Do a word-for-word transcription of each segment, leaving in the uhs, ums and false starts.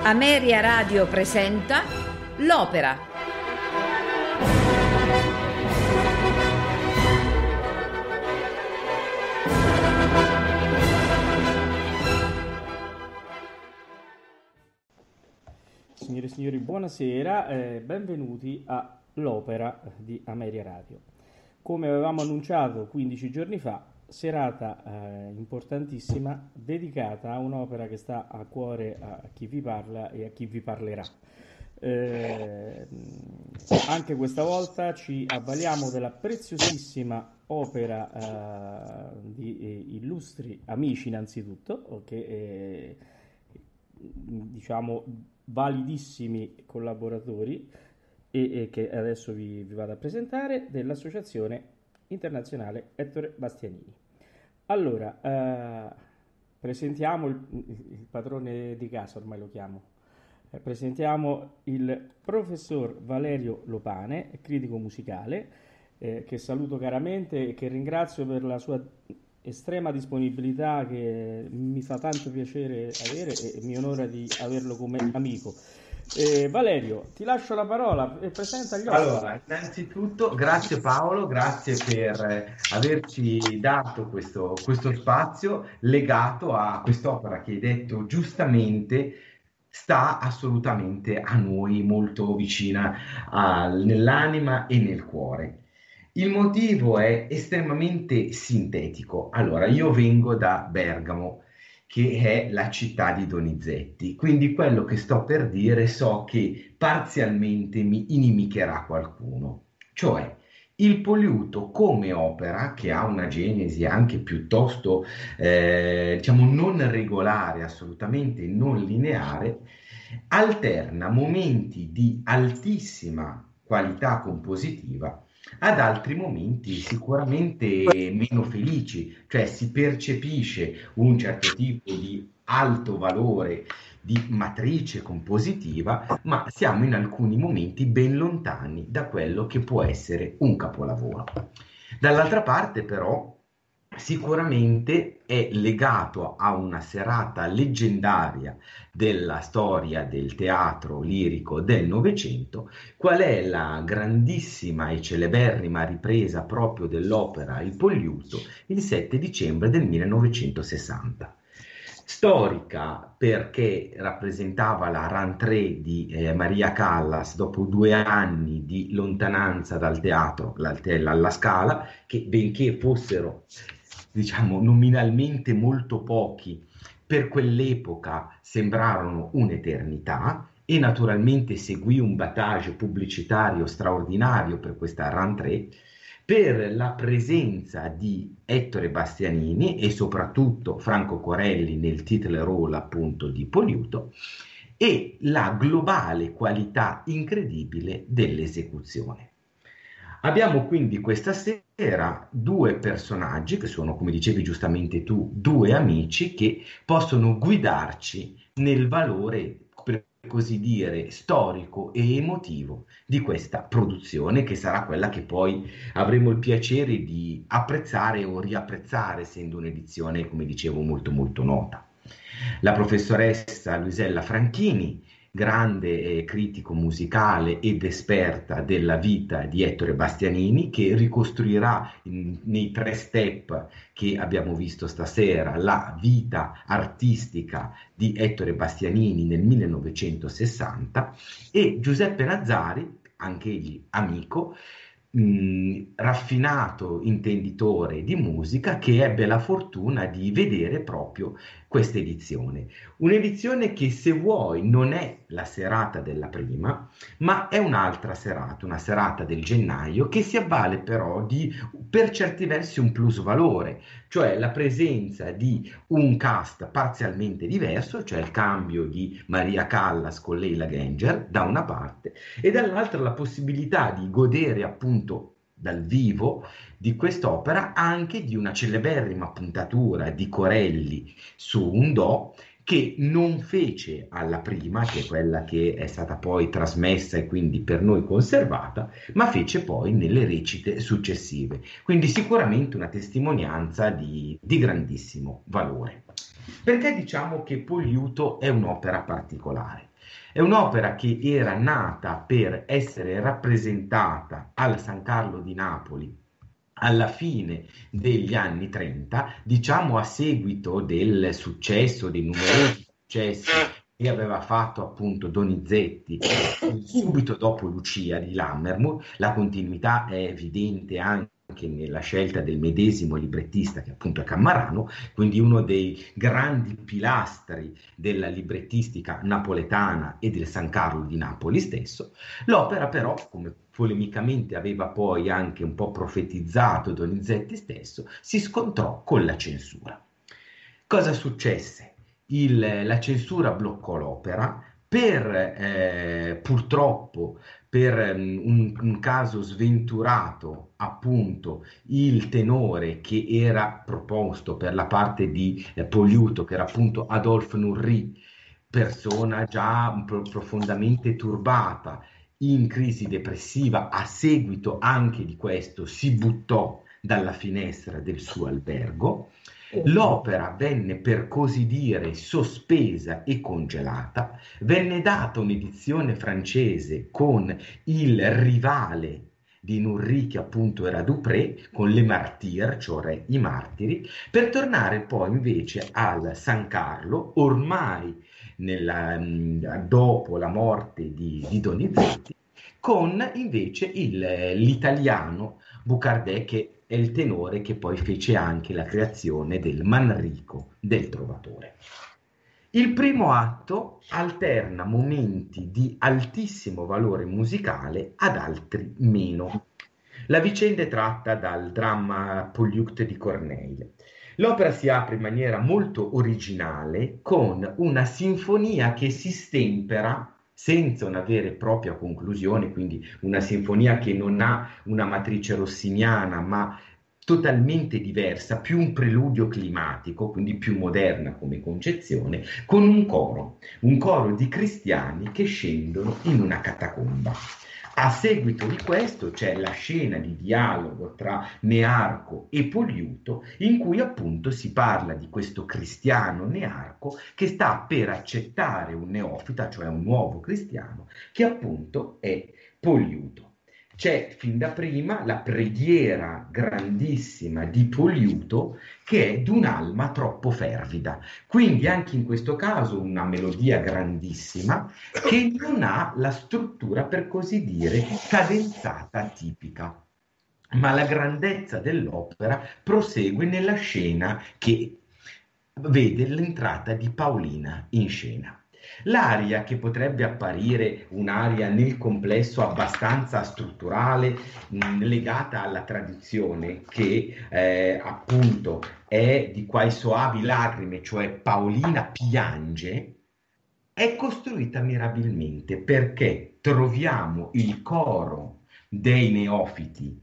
Ameria Radio presenta L'Opera. Signore e signori, buonasera e benvenuti a L'Opera di Ameria Radio. Come avevamo annunciato quindici giorni fa, serata eh, importantissima dedicata a un'opera che sta a cuore a chi vi parla e a chi vi parlerà. Eh, anche questa volta ci avvaliamo della preziosissima opera eh, di eh, illustri amici innanzitutto, che eh, diciamo validissimi collaboratori e, e che adesso vi, vi vado a presentare, dell'Associazione Internazionale Ettore Bastianini. Allora, eh, presentiamo il, il padrone di casa, ormai lo chiamo. Eh, presentiamo il professor Valerio Lopane, critico musicale, eh, che saluto caramente e che ringrazio per la sua estrema disponibilità, che mi fa tanto piacere avere e mi onora di averlo come amico. Eh, Valerio, ti lascio la parola e presenta gli ospiti. Allora, innanzitutto grazie Paolo, grazie per averci dato questo, questo spazio legato a quest'opera che hai detto giustamente sta assolutamente a noi, molto vicina a, nell'anima e nel cuore. Il motivo è estremamente sintetico. Allora, io vengo da Bergamo, che è la città di Donizetti, quindi quello che sto per dire so che parzialmente mi inimicherà qualcuno. Cioè, il Poliuto come opera, che ha una genesi anche piuttosto, eh, diciamo, non regolare, assolutamente non lineare, alterna momenti di altissima qualità compositiva ad altri momenti sicuramente meno felici, cioè si percepisce un certo tipo di alto valore di matrice compositiva, ma siamo in alcuni momenti ben lontani da quello che può essere un capolavoro. Dall'altra parte però sicuramente è legato a una serata leggendaria della storia del teatro lirico del Novecento. Qual è la grandissima e celeberrima ripresa proprio dell'opera Il Poliuto il sette dicembre del millenovecentosessanta. Storica perché rappresentava la rentrée di eh, Maria Callas dopo due anni di lontananza dal teatro, l'Altella alla Scala, che benché fossero diciamo nominalmente molto pochi, per quell'epoca sembrarono un'eternità, e naturalmente seguì un battage pubblicitario straordinario per questa rentrée, per la presenza di Ettore Bastianini e soprattutto Franco Corelli nel title role appunto di Poliuto, e la globale qualità incredibile dell'esecuzione. Abbiamo quindi questa sera due personaggi che sono, come dicevi giustamente tu, due amici che possono guidarci nel valore, per così dire, storico e emotivo di questa produzione, che sarà quella che poi avremo il piacere di apprezzare o riapprezzare, essendo un'edizione, come dicevo, molto molto nota. La professoressa Luisella Franchini, grande eh, critico musicale ed esperta della vita di Ettore Bastianini, che ricostruirà in, nei tre step che abbiamo visto stasera la vita artistica di Ettore Bastianini nel millenovecentosessanta, e Giuseppe Nazzari, anch'egli amico, mh, raffinato intenditore di musica, che ebbe la fortuna di vedere proprio questa edizione. Un'edizione che, se vuoi, non è la serata della prima, ma è un'altra serata, una serata del gennaio, che si avvale però di, per certi versi, un plusvalore, cioè la presenza di un cast parzialmente diverso, cioè il cambio di Maria Callas con Leila Gencer da una parte, e dall'altra la possibilità di godere appunto dal vivo di quest'opera anche di una celeberrima puntatura di Corelli su un do, che non fece alla prima, che è quella che è stata poi trasmessa e quindi per noi conservata, ma fece poi nelle recite successive. Quindi sicuramente una testimonianza di, di grandissimo valore. Perché diciamo che Poliuto è un'opera particolare? È un'opera che era nata per essere rappresentata al San Carlo di Napoli alla fine degli anni trenta, diciamo a seguito del successo, dei numerosi successi che aveva fatto appunto Donizetti subito dopo Lucia di Lammermoor. La continuità è evidente anche nella scelta del medesimo librettista, che appunto è Cammarano, quindi uno dei grandi pilastri della librettistica napoletana e del San Carlo di Napoli stesso. L'opera però, come polemicamente aveva poi anche un po' profetizzato Donizetti stesso, si scontrò con la censura. Cosa successe? Il, la censura bloccò l'opera per, eh, purtroppo, per um, un, un caso sventurato, appunto, il tenore che era proposto per la parte di eh, Poliuto, che era appunto Adolphe Nourrit, persona già pro- profondamente turbata, in crisi depressiva, a seguito anche di questo si buttò dalla finestra del suo albergo. L'opera venne, per così dire, sospesa e congelata, venne data un'edizione francese con il rivale di Nourrit, che appunto era Dupré, con Le Martyrs, cioè i martiri, per tornare poi invece al San Carlo, ormai nella, dopo la morte di, di Donizetti, con invece il, l'italiano Bucardè, che è il tenore che poi fece anche la creazione del Manrico del Trovatore. Il primo atto alterna momenti di altissimo valore musicale ad altri meno. La vicenda è tratta dal dramma Polyeucte di Corneille. L'opera si apre in maniera molto originale con una sinfonia che si stempera senza una vera e propria conclusione, quindi una sinfonia che non ha una matrice rossiniana, ma totalmente diversa, più un preludio climatico, quindi più moderna come concezione, con un coro, un coro di cristiani che scendono in una catacomba. A seguito di questo c'è la scena di dialogo tra Nearco e Poliuto, in cui appunto si parla di questo cristiano Nearco che sta per accettare un neofita, cioè un nuovo cristiano, che appunto è Poliuto. C'è fin da prima la preghiera grandissima di Poliuto, che è d'un'alma troppo fervida. Quindi anche in questo caso una melodia grandissima che non ha la struttura, per così dire, cadenzata tipica. Ma la grandezza dell'opera prosegue nella scena che vede l'entrata di Paolina in scena. L'aria, che potrebbe apparire un'aria nel complesso abbastanza strutturale, mh, legata alla tradizione, che eh, appunto è di quai soavi lacrime, cioè Paolina piange, è costruita mirabilmente perché troviamo il coro dei neofiti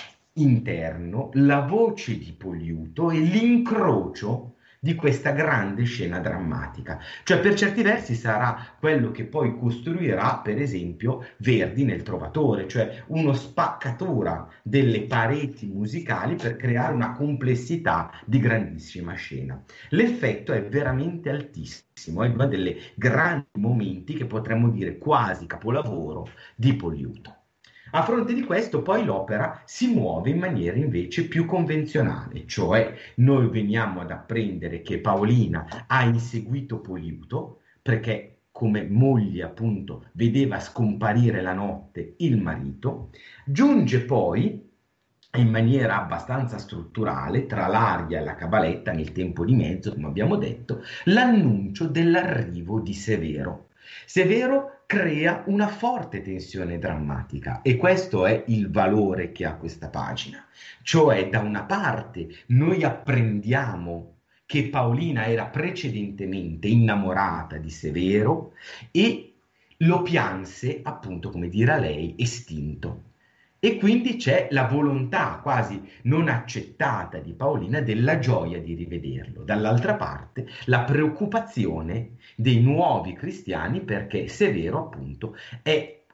interno, la voce di Poliuto e l'incrocio di questa grande scena drammatica. Cioè, per certi versi sarà quello che poi costruirà, per esempio, Verdi nel Trovatore, cioè uno spaccatura delle pareti musicali per creare una complessità di grandissima scena. L'effetto è veramente altissimo, è uno dei grandi momenti, che potremmo dire quasi capolavoro, di Poliuto. A fronte di questo poi l'opera si muove in maniera invece più convenzionale, cioè noi veniamo ad apprendere che Paolina ha inseguito Poliuto perché come moglie appunto vedeva scomparire la notte il marito. Giunge poi in maniera abbastanza strutturale, tra l'aria e la cabaletta, nel tempo di mezzo, come abbiamo detto, l'annuncio dell'arrivo di Severo. Severo crea una forte tensione drammatica e questo è il valore che ha questa pagina. Cioè, da una parte noi apprendiamo che Paolina era precedentemente innamorata di Severo e lo pianse, appunto, come dirà lei, estinto. E quindi c'è la volontà quasi non accettata di Paolina della gioia di rivederlo. Dall'altra parte la preoccupazione dei nuovi cristiani perché Severo appunto è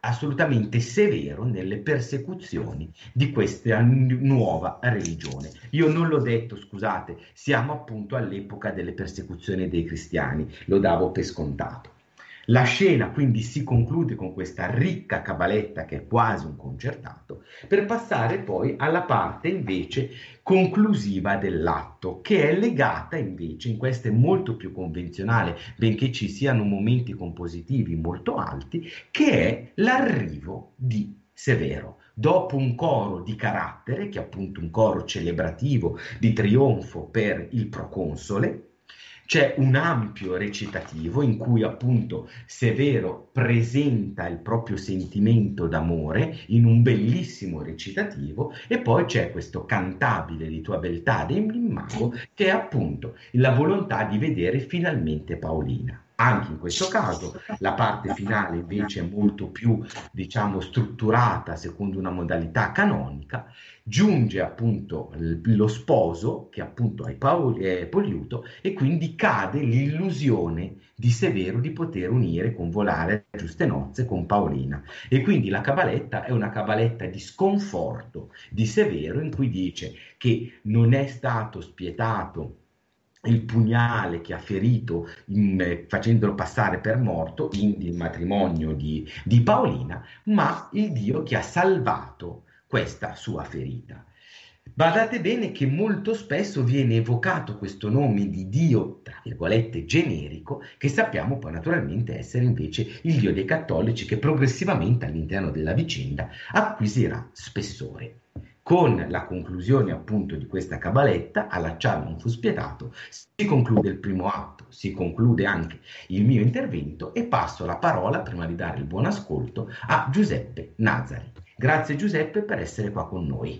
assolutamente severo nelle persecuzioni di questa nuova religione. Io non l'ho detto, scusate, siamo appunto all'epoca delle persecuzioni dei cristiani, lo davo per scontato. La scena quindi si conclude con questa ricca cabaletta che è quasi un concertato, per passare poi alla parte invece conclusiva dell'atto, che è legata invece, in questo è molto più convenzionale, benché ci siano momenti compositivi molto alti, che è l'arrivo di Severo. Dopo un coro di carattere, che è appunto un coro celebrativo di trionfo per il proconsole, c'è un ampio recitativo in cui appunto Severo presenta il proprio sentimento d'amore in un bellissimo recitativo, e poi c'è questo cantabile di tua beltà dell'immago, che è appunto la volontà di vedere finalmente Paolina. Anche in questo caso la parte finale invece è molto più, diciamo, strutturata secondo una modalità canonica. Giunge appunto lo sposo, che appunto è Poliuto, e quindi cade l'illusione di Severo di poter unire con volare a giuste nozze con Paolina, e quindi la cabaletta è una cabaletta di sconforto di Severo, in cui dice che non è stato spietato il pugnale che ha ferito in, facendolo passare per morto in il matrimonio di, di Paolina, ma il Dio che ha salvato questa sua ferita. Badate bene che molto spesso viene evocato questo nome di Dio, tra virgolette, generico, che sappiamo poi naturalmente essere invece il Dio dei cattolici, che progressivamente all'interno della vicenda acquisirà spessore. Con la conclusione appunto di questa cabaletta, allacciarlo non fu spietato, si conclude il primo atto, si conclude anche il mio intervento, e passo la parola, prima di dare il buon ascolto, a Giuseppe Nazari. Grazie Giuseppe per essere qua con noi.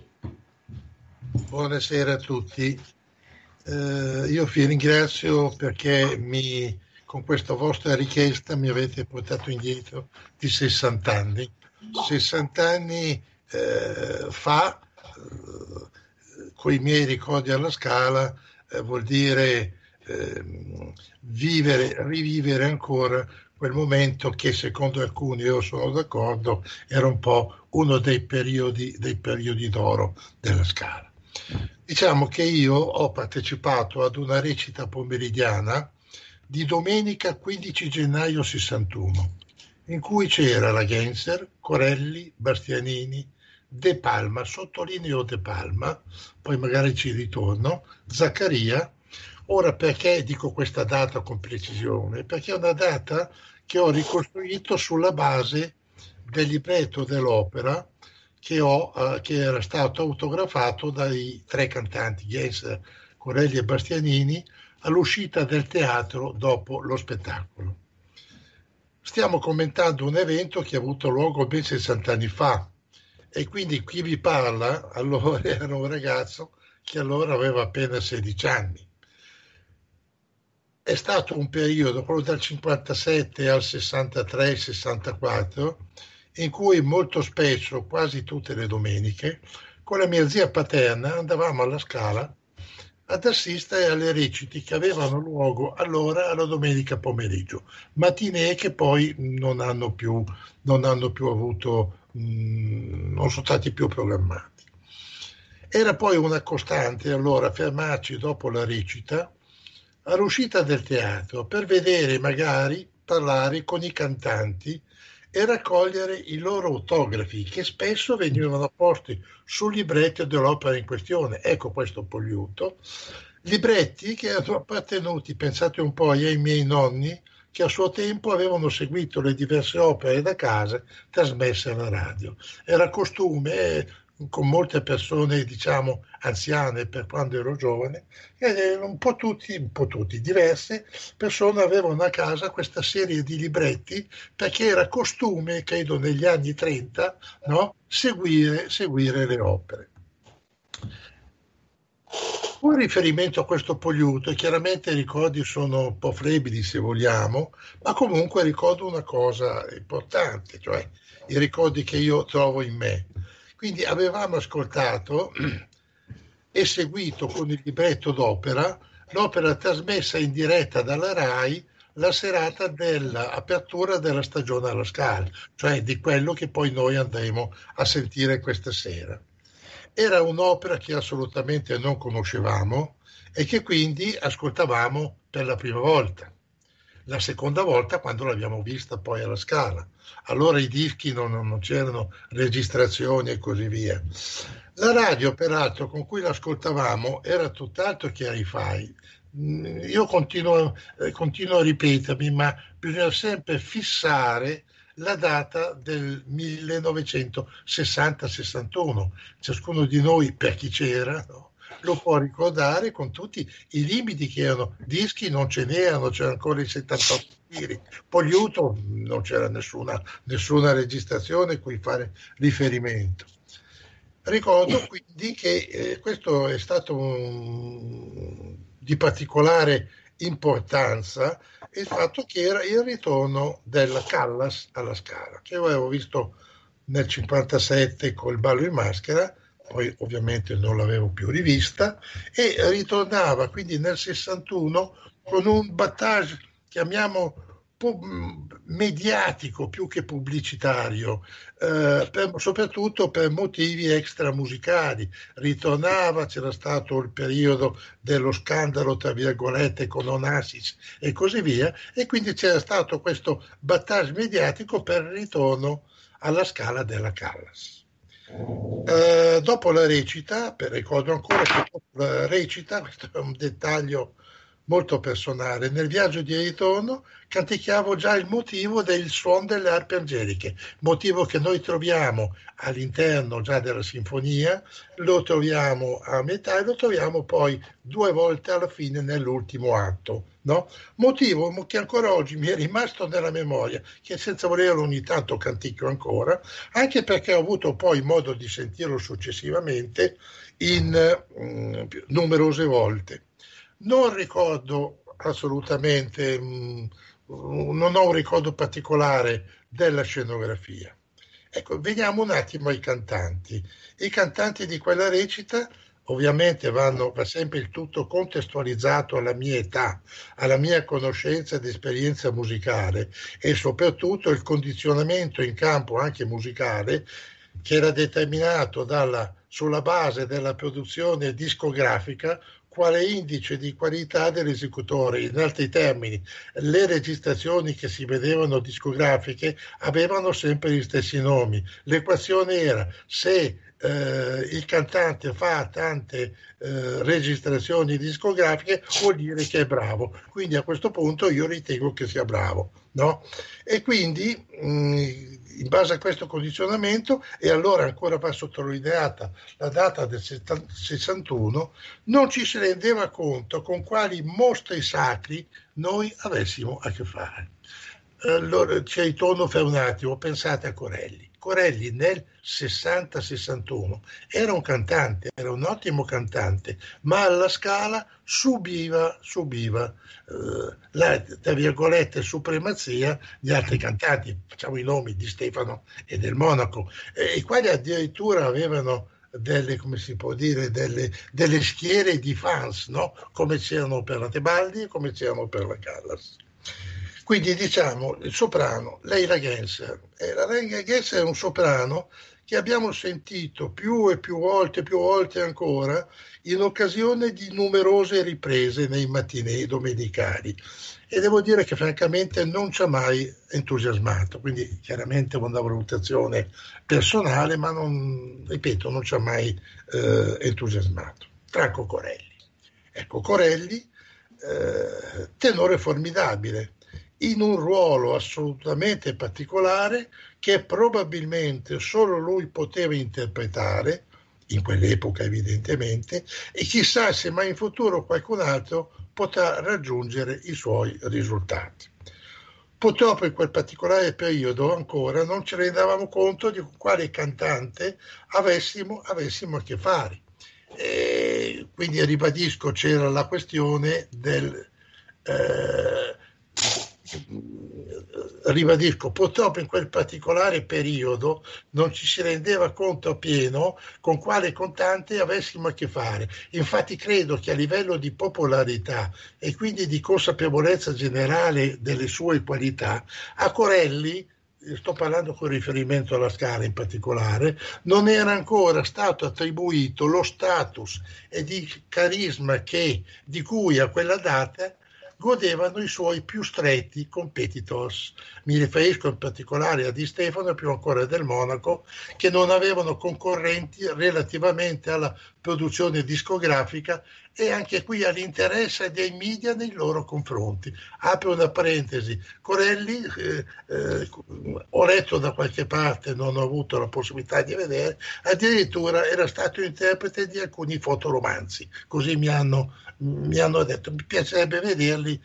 Buonasera a tutti. Eh, io vi ringrazio perché mi, con questa vostra richiesta mi avete portato indietro di sessanta anni. sessanta anni eh, fa, eh, con i miei ricordi alla Scala, eh, vuol dire eh, vivere, rivivere ancora quel momento che secondo alcuni, io sono d'accordo, era un po' uno dei periodi, dei periodi d'oro della Scala. Diciamo che io ho partecipato ad una recita pomeridiana di domenica quindici gennaio sessantuno, in cui c'era la Genser, Corelli, Bastianini, De Palma, sottolineo De Palma, poi magari ci ritorno, Zaccaria. Ora, perché dico questa data con precisione? Perché è una data che ho ricostruito sulla base del libretto dell'opera che, ho, uh, che era stato autografato dai tre cantanti, Genser, Corelli e Bastianini, all'uscita del teatro dopo lo spettacolo. Stiamo commentando un evento che ha avuto luogo ben sessanta anni fa, e quindi chi vi parla allora era un ragazzo che allora aveva appena sedici anni. È stato un periodo, quello dal cinquantasette al sessantatré sessantaquattro, in cui molto spesso, quasi tutte le domeniche, con la mia zia paterna andavamo alla Scala ad assistere alle reciti che avevano luogo allora alla domenica pomeriggio, mattinee che poi non hanno più, non hanno più avuto, mh, non sono stati più programmati. Era poi una costante allora fermarci dopo la recita all'uscita del teatro per vedere, magari parlare con i cantanti e raccogliere i loro autografi, che spesso venivano posti sul libretto dell'opera in questione. Ecco questo Poliuto, libretti che erano appartenuti, pensate un po', ai miei nonni, che a suo tempo avevano seguito le diverse opere da casa trasmesse alla radio. Era costume, con molte persone, diciamo, anziane per quando ero giovane, e un po' tutti, un po' tutti, diverse persone avevano a casa questa serie di libretti, perché era costume, credo negli anni trenta, no? seguire, seguire le opere. Un riferimento a questo Poliuto, e chiaramente i ricordi sono un po' flebili se vogliamo, ma comunque ricordo una cosa importante, cioè i ricordi che io trovo in me. Quindi avevamo ascoltato e seguito con il libretto d'opera l'opera trasmessa in diretta dalla RAI la serata dell'apertura della stagione alla Scala, cioè di quello che poi noi andremo a sentire questa sera. Era un'opera che assolutamente non conoscevamo e che quindi ascoltavamo per la prima volta. La seconda volta quando l'abbiamo vista poi alla Scala. Allora i dischi non, non c'erano, registrazioni e così via. La radio, peraltro, con cui l'ascoltavamo era tutt'altro che hi-fi. Io continuo, eh, continuo a ripetermi, ma bisogna sempre fissare la data del millenovecentosessanta sessantuno. Ciascuno di noi, per chi c'era, no, lo può ricordare con tutti i limiti che erano. Dischi non ce n'erano, c'era ancora i settantotto tiri. Poliuto non c'era nessuna, nessuna registrazione a cui fare riferimento. Ricordo quindi che eh, questo è stato un, di particolare importanza il fatto che era il ritorno della Callas alla Scala, che io avevo visto nel cinquantasette col Ballo in Maschera, poi ovviamente non l'avevo più rivista, e ritornava quindi nel sessantuno con un battage, chiamiamo mediatico più che pubblicitario, eh, per, soprattutto per motivi extramusicali. Ritornava, c'era stato il periodo dello scandalo tra virgolette con Onassis e così via, e quindi c'era stato questo battage mediatico per il ritorno alla Scala della Callas. Eh, dopo la recita, per ricordo ancora che dopo la recita, questo è un dettaglio molto personale, nel viaggio di ritorno canticchiavo già il motivo del suono delle arpe angeliche, motivo che noi troviamo all'interno già della sinfonia, lo troviamo a metà e lo troviamo poi due volte alla fine nell'ultimo atto, no? Motivo che ancora oggi mi è rimasto nella memoria, che senza volerlo ogni tanto canticchio ancora, anche perché ho avuto poi modo di sentirlo successivamente in mh, numerose volte. Non ricordo assolutamente, mh, non ho un ricordo particolare della scenografia. Ecco, veniamo un attimo ai cantanti. I cantanti di quella recita ovviamente vanno, va sempre il tutto contestualizzato alla mia età, alla mia conoscenza ed esperienza musicale e soprattutto il condizionamento in campo anche musicale che era determinato dalla, sulla base della produzione discografica quale indice di qualità dell'esecutore. In altri termini, le registrazioni che si vedevano discografiche avevano sempre gli stessi nomi. L'equazione era: se eh, il cantante fa tante eh, registrazioni discografiche, vuol dire che è bravo. Quindi a questo punto io ritengo che sia bravo, no? E quindi mh, in base a questo condizionamento, e allora ancora va sottolineata la data del sessantuno, non ci si rendeva conto con quali mostri sacri noi avessimo a che fare. Allora ci ritorno per un attimo, pensate a Corelli. Corelli nel sessanta sessantuno era un cantante, era un ottimo cantante, ma alla Scala subiva, subiva eh, la, tra virgolette, supremazia di altri cantanti. Facciamo i nomi di Stefano e del Monaco, eh, i quali addirittura avevano delle, come si può dire, delle, delle schiere di fans, no? Come c'erano per la Tebaldi e come c'erano per la Callas. Quindi diciamo il soprano, Leila Genser. E la Leila Genser è un soprano che abbiamo sentito più e più volte, più volte ancora, in occasione di numerose riprese nei mattinei domenicali. E devo dire che francamente non ci ha mai entusiasmato, quindi chiaramente una valutazione personale, ma non, ripeto, non ci ha mai eh, entusiasmato. Franco Corelli. Ecco, Corelli, eh, tenore formidabile, in un ruolo assolutamente particolare che probabilmente solo lui poteva interpretare, in quell'epoca evidentemente, e chissà se mai in futuro qualcun altro potrà raggiungere i suoi risultati. Purtroppo in quel particolare periodo ancora non ci rendavamo conto di quale cantante avessimo, avessimo a che fare. E quindi ribadisco, c'era la questione del... Eh, ribadisco, purtroppo in quel particolare periodo non ci si rendeva conto appieno con quale cantante avessimo a che fare. Infatti credo che a livello di popolarità e quindi di consapevolezza generale delle sue qualità, a Corelli, sto parlando con riferimento alla Scala in particolare, non era ancora stato attribuito lo status e di carisma che, di cui a quella data godevano i suoi più stretti competitors. Mi riferisco in particolare a Di Stefano e più ancora del Monaco, che non avevano concorrenti relativamente alla produzione discografica e anche qui all'interesse dei media nei loro confronti. Apro una parentesi, Corelli, eh, eh, ho letto da qualche parte, non ho avuto la possibilità di vedere, addirittura era stato interprete di alcuni fotoromanzi, così mi hanno, mi hanno detto, mi piacerebbe vederli,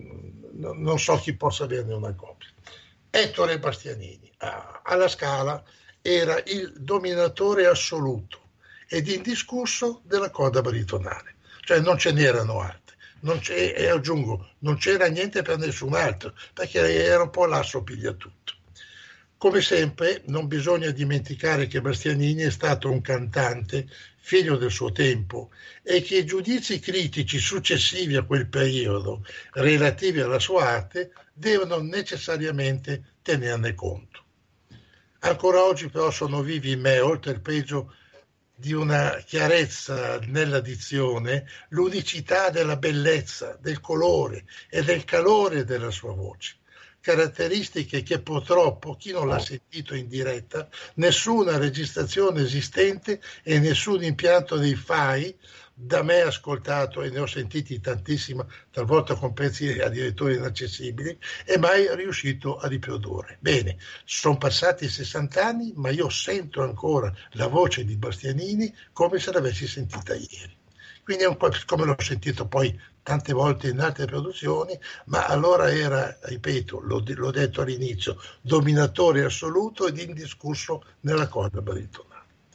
non so chi possa averne una copia. Ettore Bastianini, alla Scala, era il dominatore assoluto ed indiscusso della coda baritonale. Cioè non ce n'erano altre, non c'è, e aggiungo, non c'era niente per nessun altro, perché era un po' l'asso pigliatutto. Come sempre non bisogna dimenticare che Bastianini è stato un cantante figlio del suo tempo e che i giudizi critici successivi a quel periodo relativi alla sua arte devono necessariamente tenerne conto. Ancora oggi però sono vivi in me, oltre il peso di una chiarezza nella dizione, l'unicità della bellezza, del colore e del calore della sua voce. Caratteristiche che purtroppo, chi non l'ha sentito in diretta, nessuna registrazione esistente e nessun impianto dei F A I, da me ascoltato e ne ho sentiti tantissimi, talvolta con pezzi addirittura inaccessibili, è mai riuscito a riprodurre. Bene, sono passati sessanta anni, ma io sento ancora la voce di Bastianini come se l'avessi sentita ieri. Quindi è un po' come l'ho sentito poi tante volte in altre produzioni, ma allora era, ripeto, l'ho, l'ho detto all'inizio, dominatore assoluto ed indiscusso nella corda baritonale.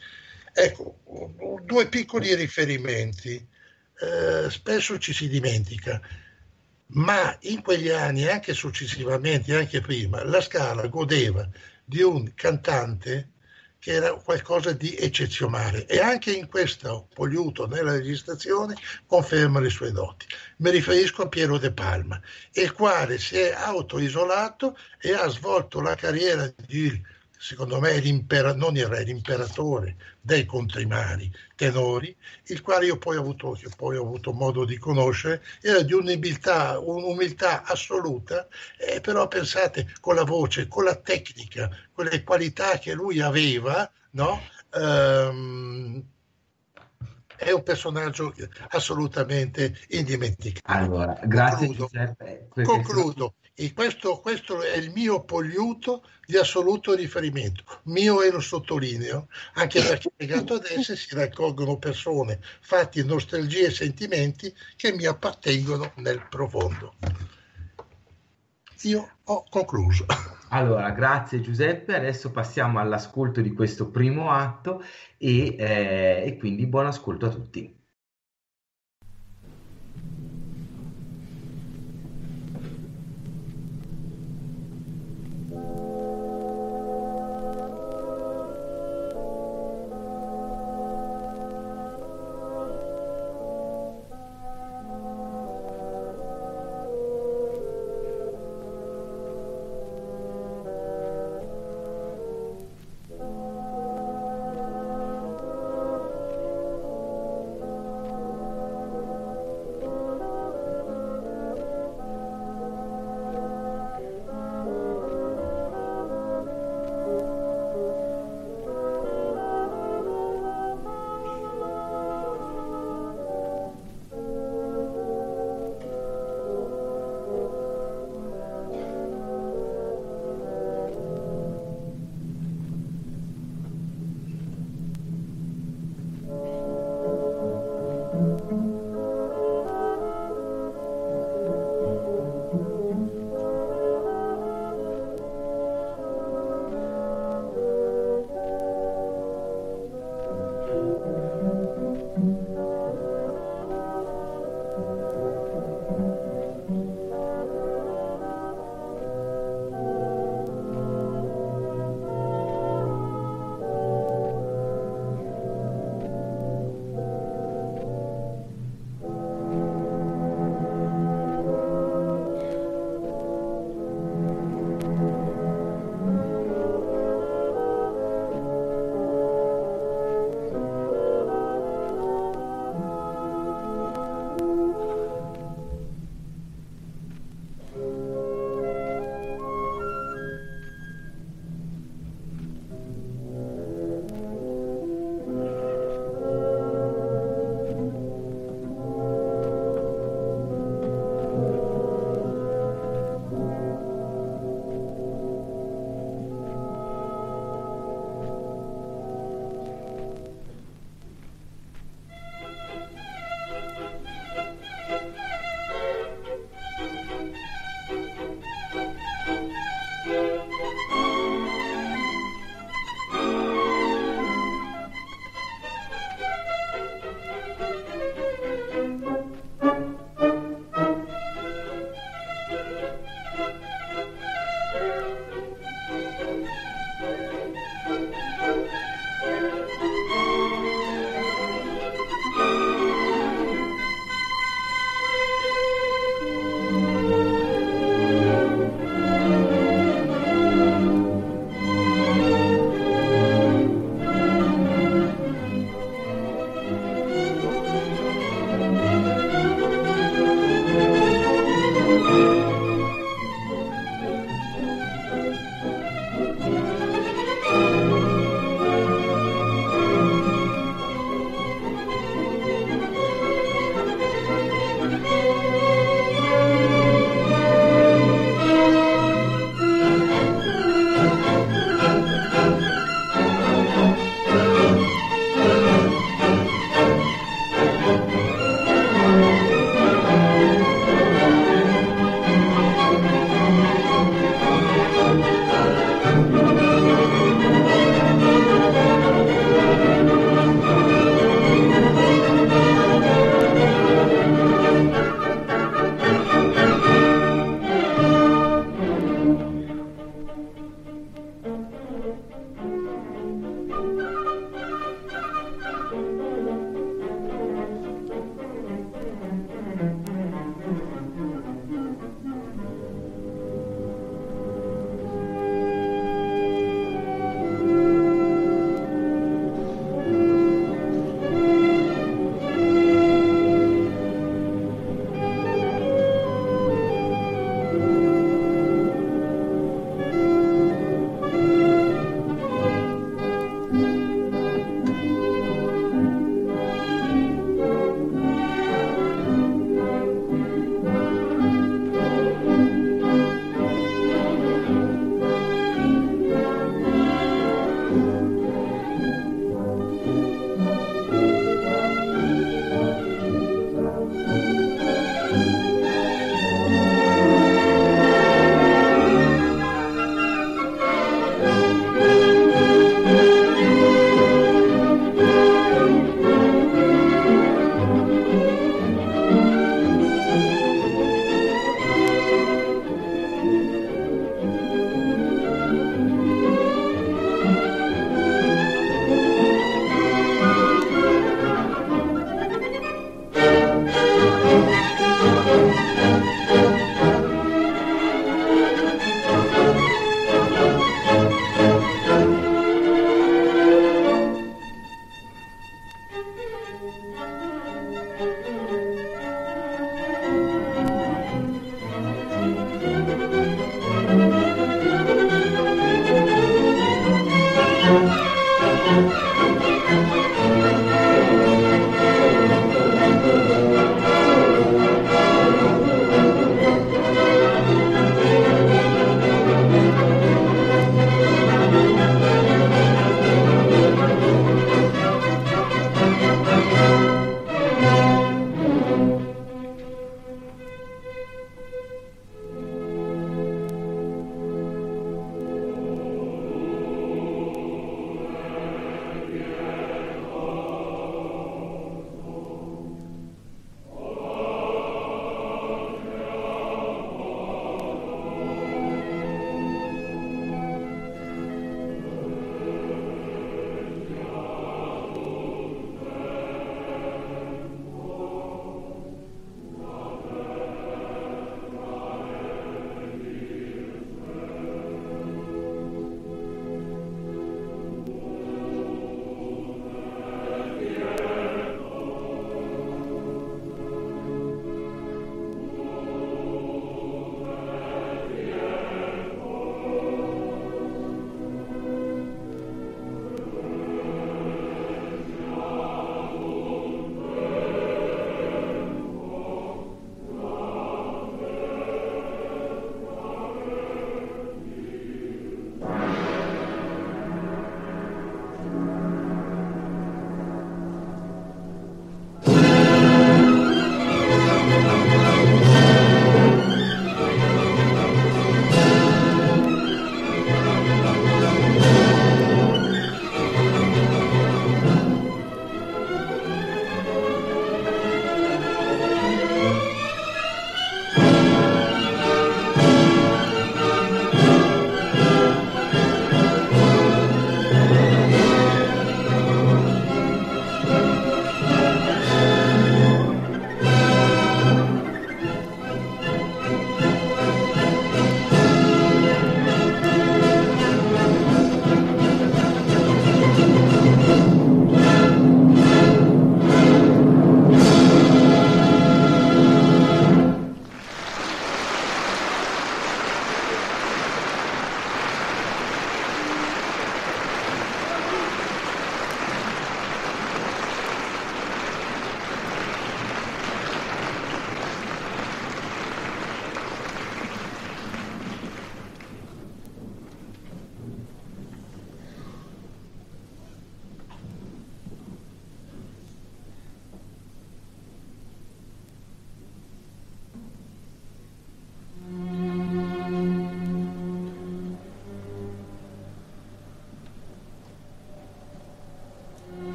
Ecco, due piccoli riferimenti. Eh, spesso ci si dimentica, ma in quegli anni, anche successivamente, anche prima, la Scala godeva di un cantante che era qualcosa di eccezionale e anche in questo Poliuto, nella registrazione, conferma le sue doti. Mi riferisco a Piero De Palma, il quale si è autoisolato e ha svolto la carriera di, secondo me, l'impera- non il re, l'imperatore dei contrimari tenori, il quale io poi ho avuto, che poi ho avuto modo di conoscere, era di un'umiltà, un'umiltà assoluta, eh, però pensate, con la voce, con la tecnica, quelle qualità che lui aveva, no? Ehm, è un personaggio assolutamente indimenticabile. Allora, grazie Concludo. Giuseppe. Concludo. E questo, questo è il mio Poliuto di assoluto riferimento, mio e lo sottolineo, anche perché legato ad esse si raccolgono persone, fatti, nostalgie e sentimenti che mi appartengono nel profondo. Io ho concluso. Allora, grazie Giuseppe, adesso passiamo all'ascolto di questo primo atto e, eh, e quindi buon ascolto a tutti. Thank you.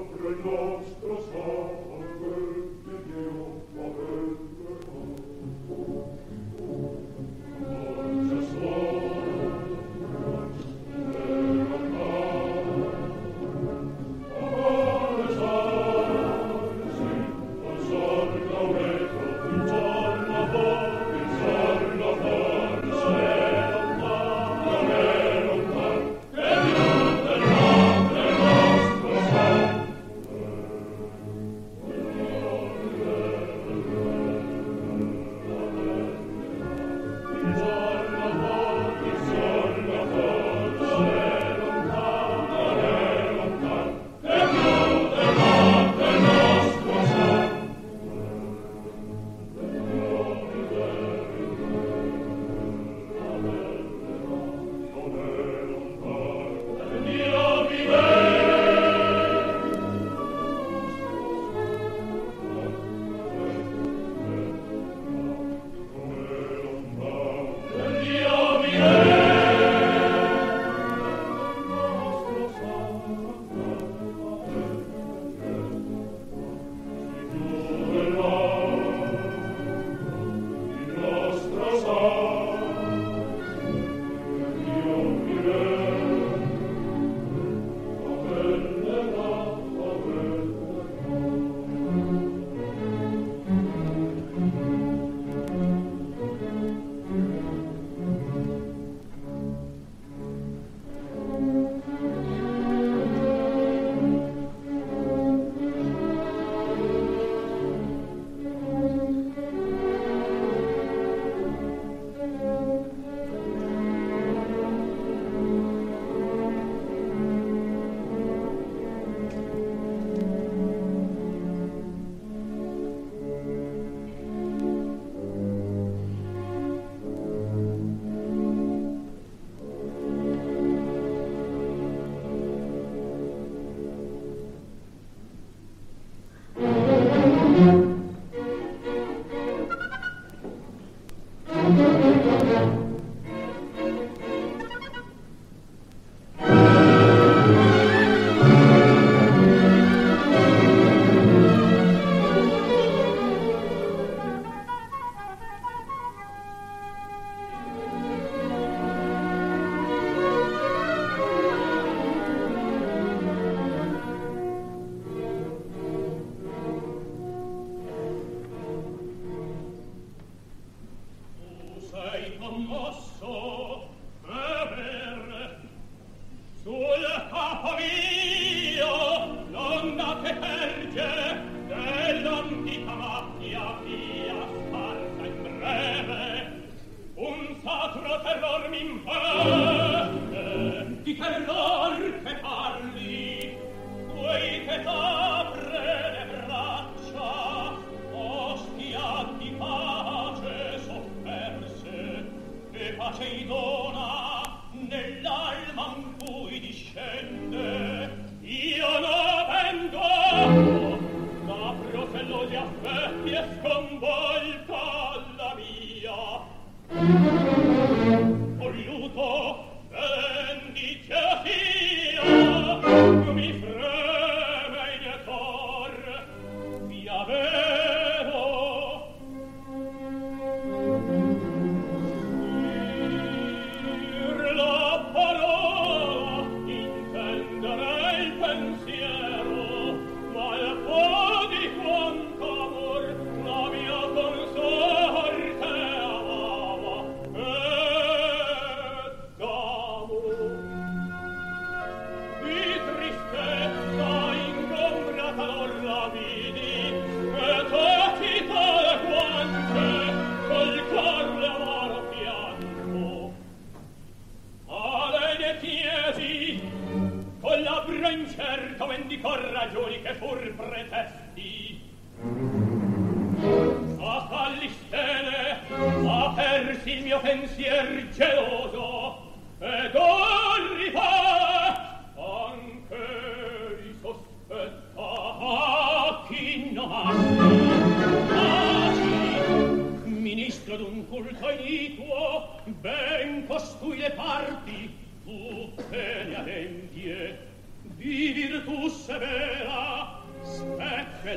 Di virtù severa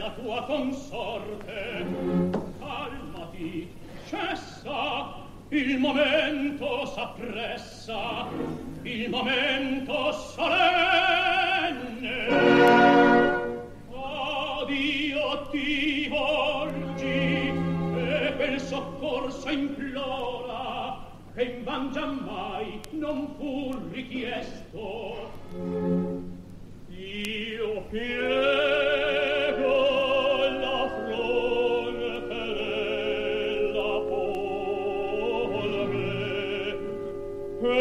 la tua consorte. Calmati, cessa, il momento s'appressa, il momento solenne. A Dio ti volgi e quel soccorso implora che invan giammai non fu richiesto. Io piego la fronte della polve e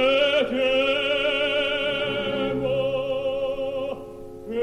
temo e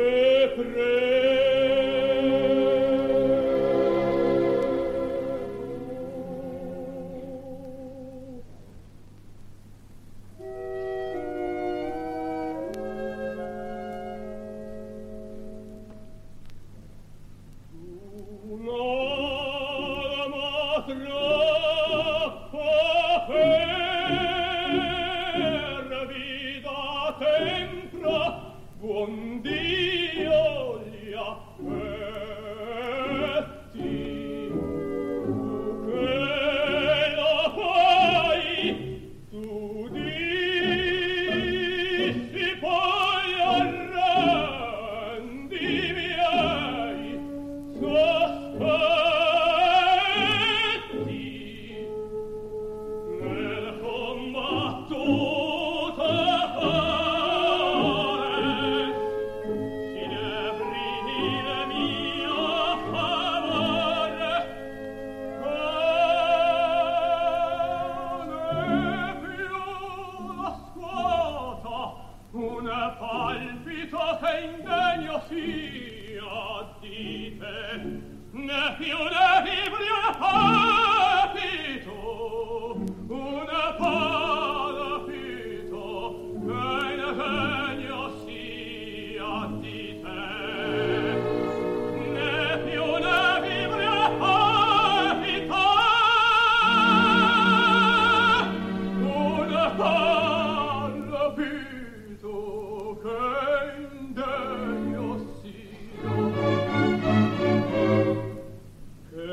buon Dio li affetti, tu che lo fai, tu dissi poi arrendi miei sospetti nel combattuto. Palpito che indegno sia di te, né più né vibrio palpito, un palpito che indegno sia di te, né più né vibrio palpito, un palpito che indegno sia, che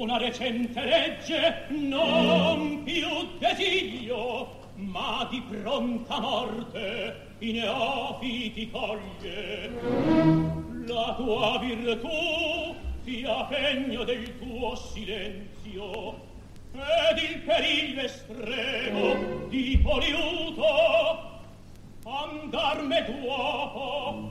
una recente legge non più desiglio, ma di pronta morte i neofiti coglie. La tua virtù sia pegno del tuo silenzio, ed il periglio estremo di Poliuto andarme dopo.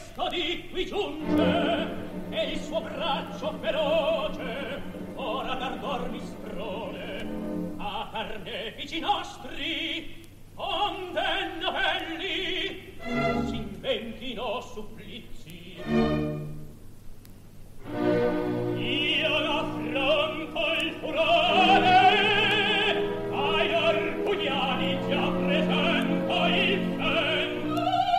presto di qui giunge e il suo braccio feroce ora d'ardor mi sprone a carnefici nostri onde novelli s'inventino supplizi. Io l'affronto il furore ai lor pugnali già presento il sen.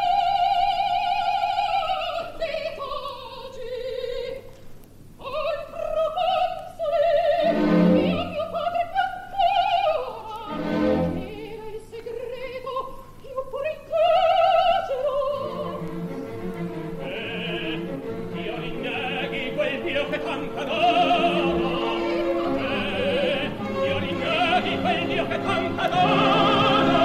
Tutti fugi al proconsole io mio padre fattora era il segreto io pure in carcero. Eh, io rinneghi quel Dio che tanto adoro. Eh, io rinneghi quel Dio che tanto adoro.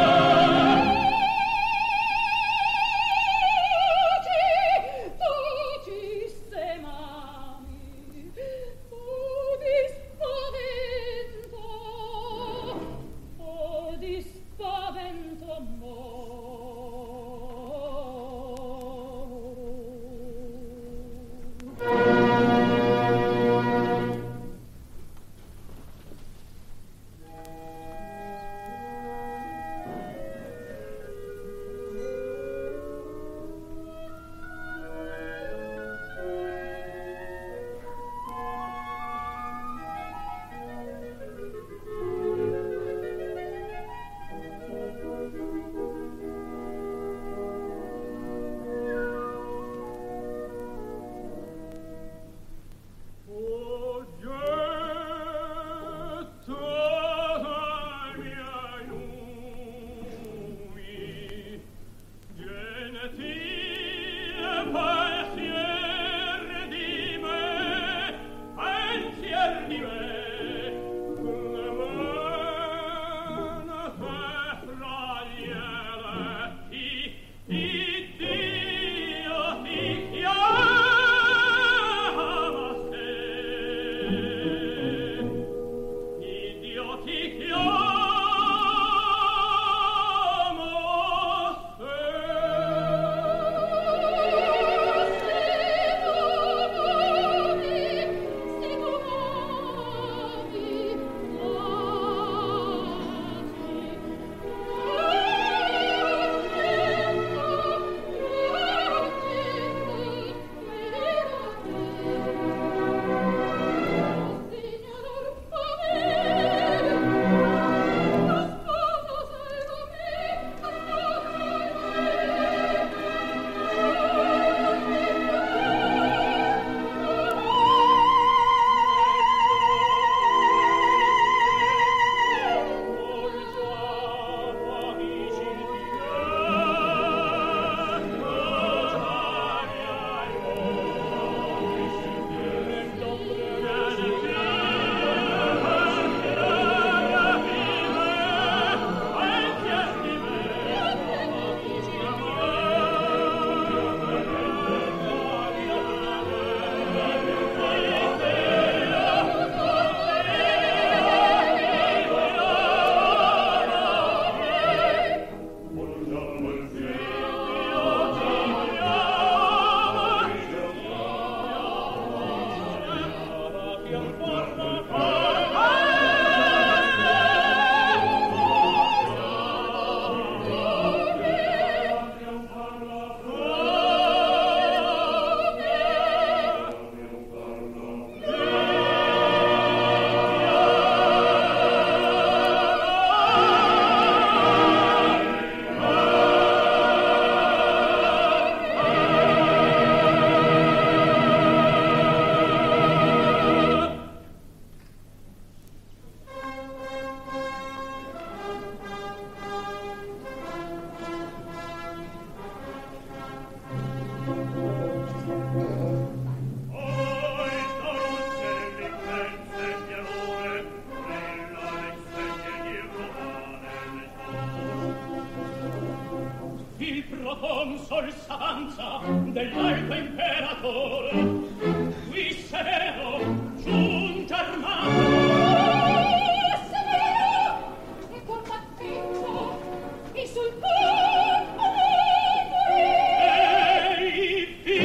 proconsol s'avanza dell'alto imperatore, qui severo giunge armato. Severo e col matteccio e sul corpo e i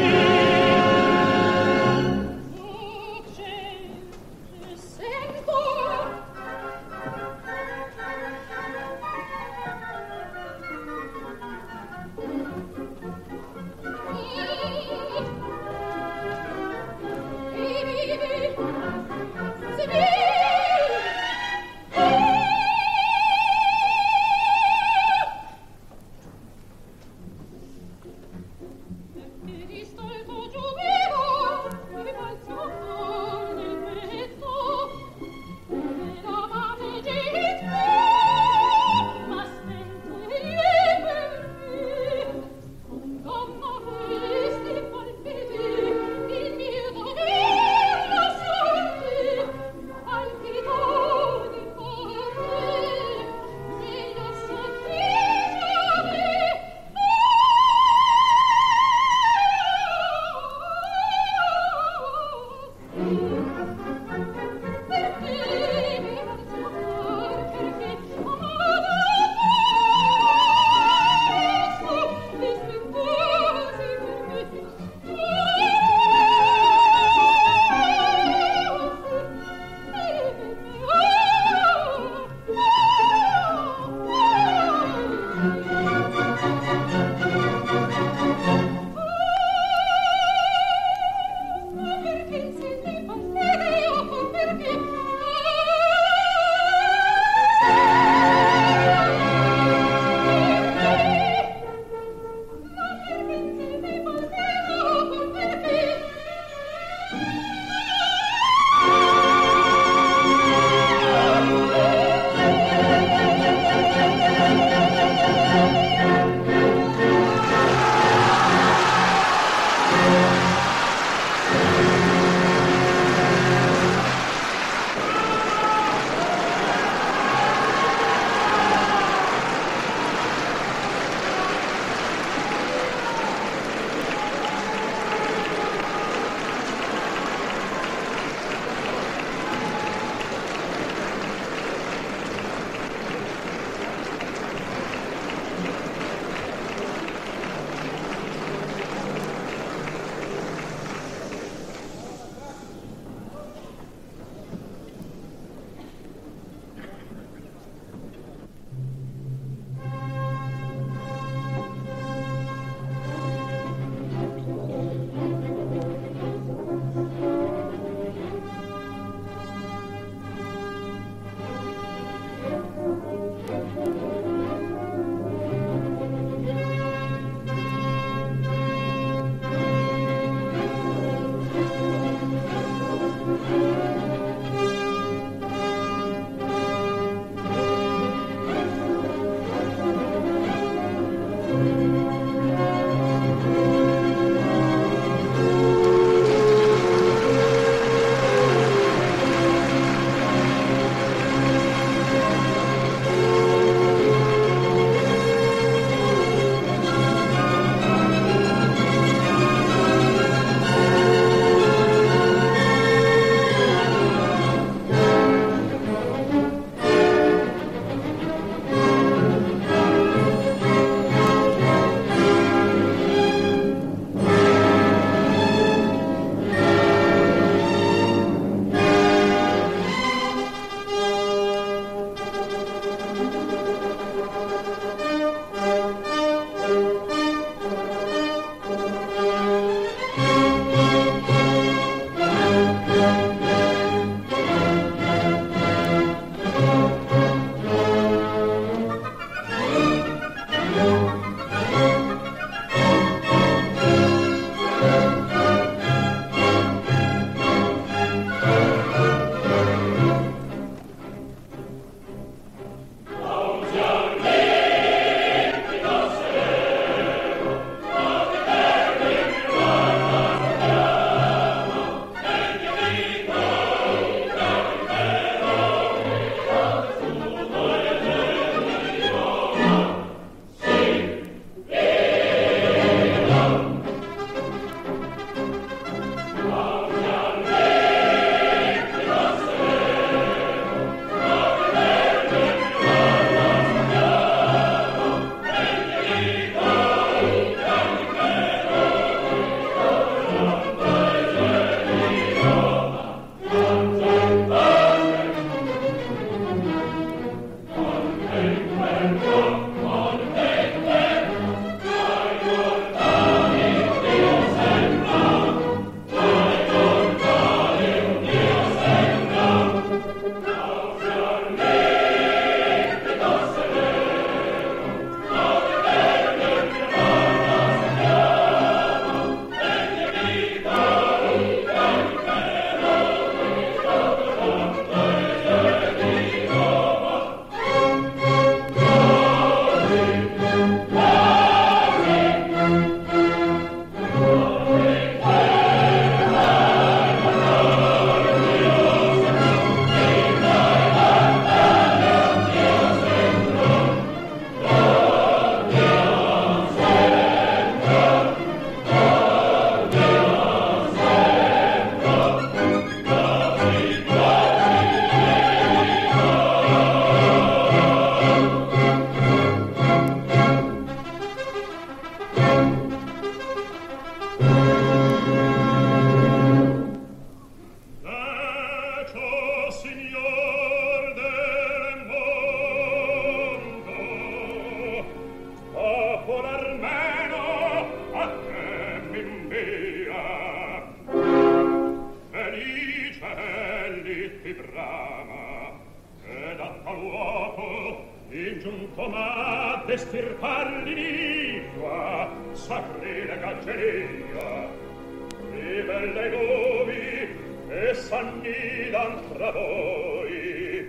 estirparli lingua, sacrilega gelosia, ribelle nubi e s'annidan tra voi,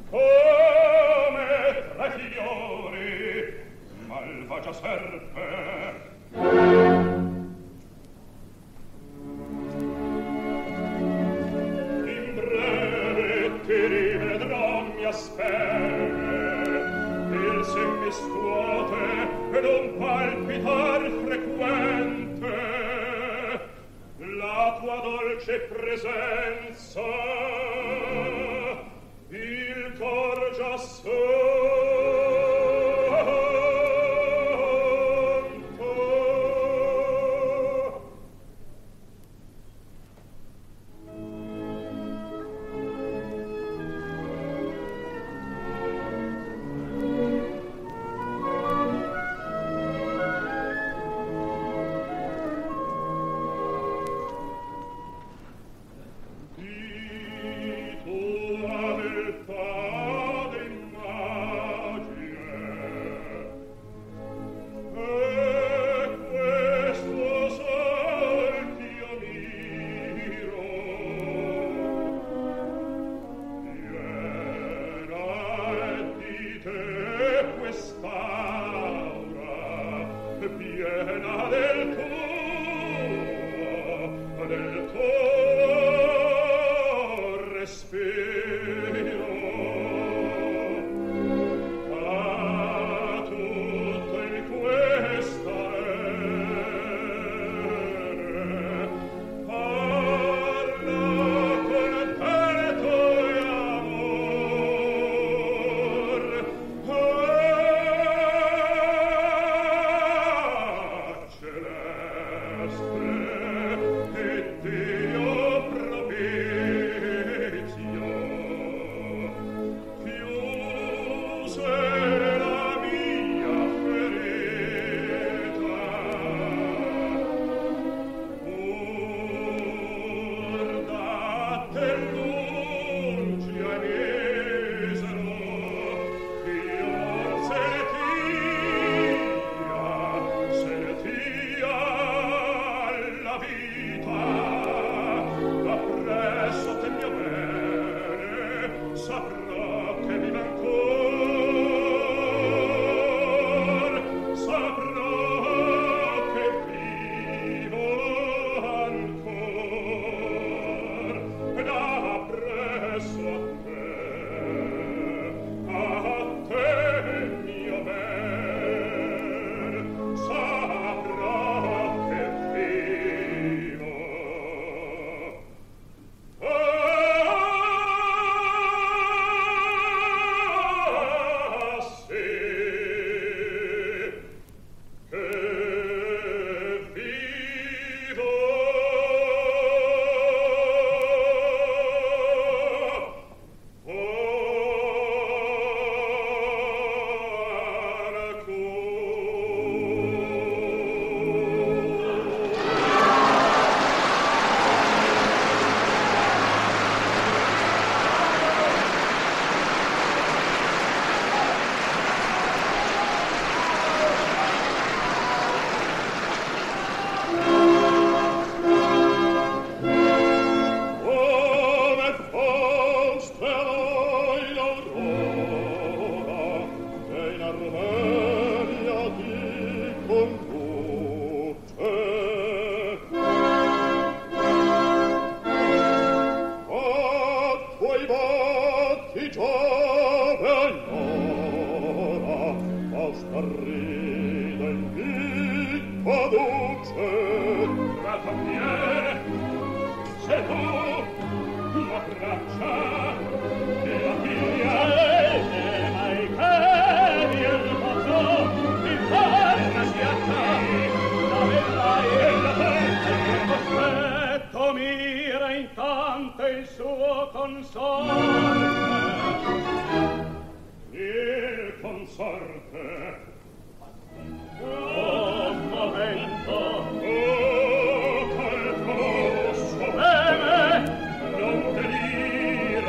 come tra figliori, malvagia serpe. In breve ti rivedrò, mi aspere, il sen mi scuote ed un palpitar frequente, la tua dolce presenza, il cor già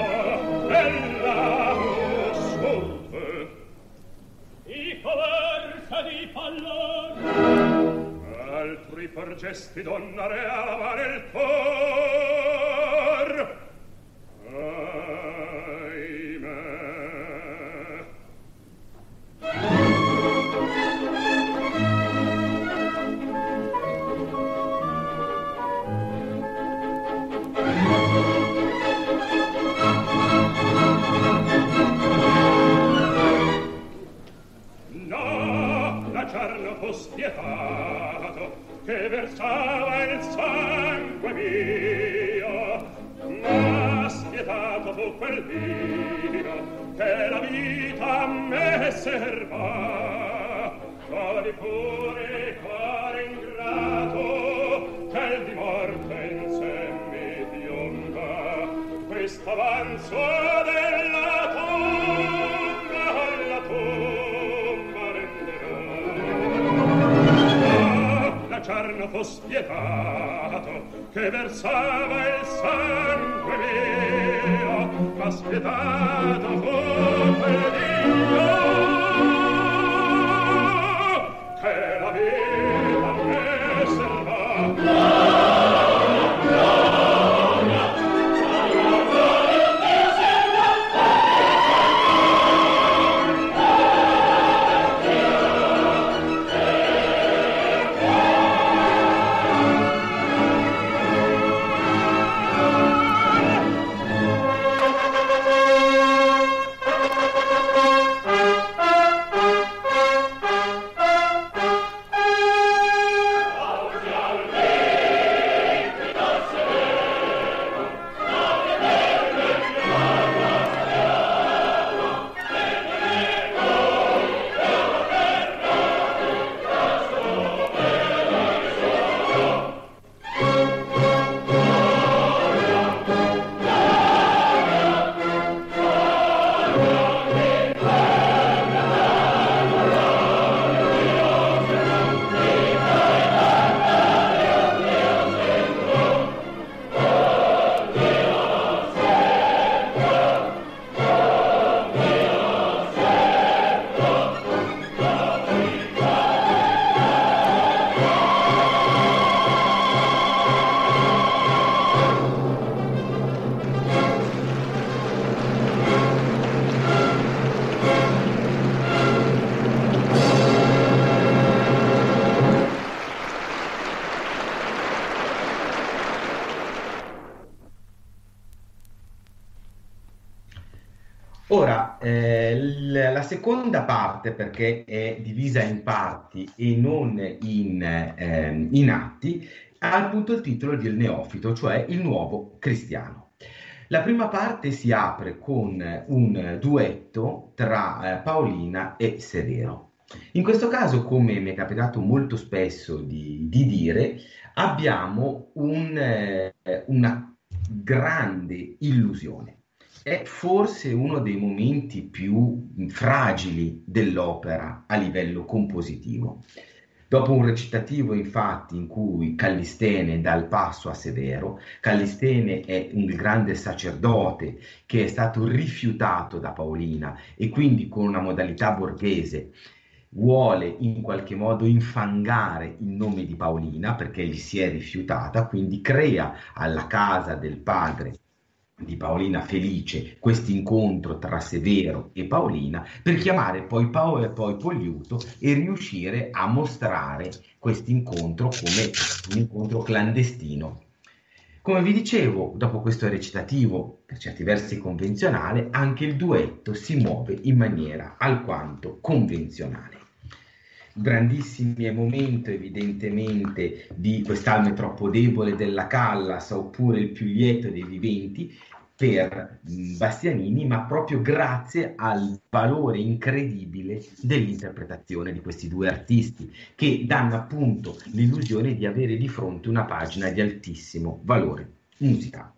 I pover si donnare a lavare il cor. Fu spietato che versava il sangue mio, ma spietato fu quel vino che la vita a me serva. Codi pure il cuore ingrato che di morte in sé mi piomba. Questo avanzo della tomba alla tomba renderò. Ciarno fu spietato che versava il sangue mio, ma spietato fu quel Dio che la vita a me serva. Ora, eh, l- la seconda parte, perché è divisa in parti e non in, ehm, in atti, ha appunto il titolo del neofito, cioè il nuovo cristiano. La prima parte si apre con un duetto tra eh, Paolina e Severo. In questo caso, come mi è capitato molto spesso di, di dire, abbiamo un, eh, una grande illusione. È forse uno dei momenti più fragili dell'opera a livello compositivo. Dopo un recitativo, infatti, in cui Callistene dà il passo a Severo, Callistene è un grande sacerdote che è stato rifiutato da Paolina e quindi con una modalità borghese vuole in qualche modo infangare il nome di Paolina perché gli si è rifiutata, quindi crea alla casa del padre di Paolina Felice questo incontro tra Severo e Paolina per chiamare poi Paolo e poi Poliuto e riuscire a mostrare questo incontro come un incontro clandestino. Come vi dicevo, dopo questo recitativo per certi versi convenzionale, anche il duetto si muove in maniera alquanto convenzionale. Grandissimi momento evidentemente di quest'alme troppo debole della Callas oppure il più lieto dei viventi per Bastianini, ma proprio grazie al valore incredibile dell'interpretazione di questi due artisti che danno appunto l'illusione di avere di fronte una pagina di altissimo valore musicale.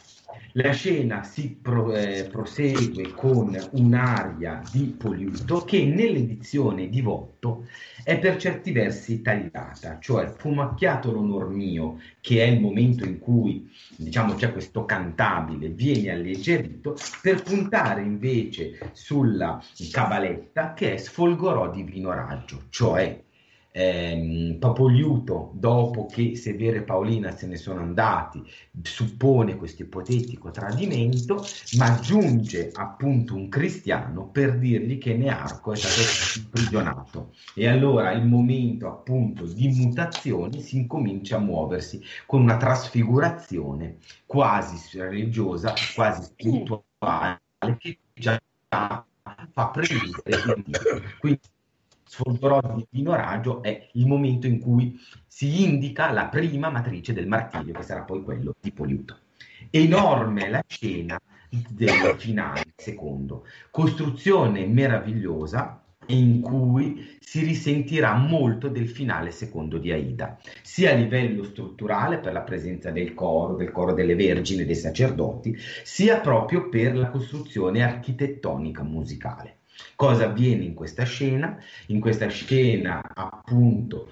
La scena si pro, eh, prosegue con un'aria di Poliuto che nell'edizione di Votto è per certi versi tagliata, cioè fu macchiato l'onor mio, che è il momento in cui diciamo c'è questo cantabile, viene alleggerito per puntare invece sulla cabaletta che è sfolgorò divino raggio, cioè ehm, Papoliuto, dopo che Severo e Paolina se ne sono andati, suppone questo ipotetico tradimento, ma giunge appunto un cristiano per dirgli che Nearco è stato imprigionato, e allora il momento appunto di mutazione si incomincia a muoversi con una trasfigurazione quasi religiosa, quasi spirituale, che già fa preludere il Dio. Quindi Sfolgorò di Divino Raggio è il momento in cui si indica la prima matrice del martirio, che sarà poi quello di Poliuto. Enorme la scena del finale secondo, costruzione meravigliosa in cui si risentirà molto del finale secondo di Aida, sia a livello strutturale per la presenza del coro, del coro delle vergini e dei sacerdoti, sia proprio per la costruzione architettonica musicale. Cosa avviene in questa scena? In questa scena appunto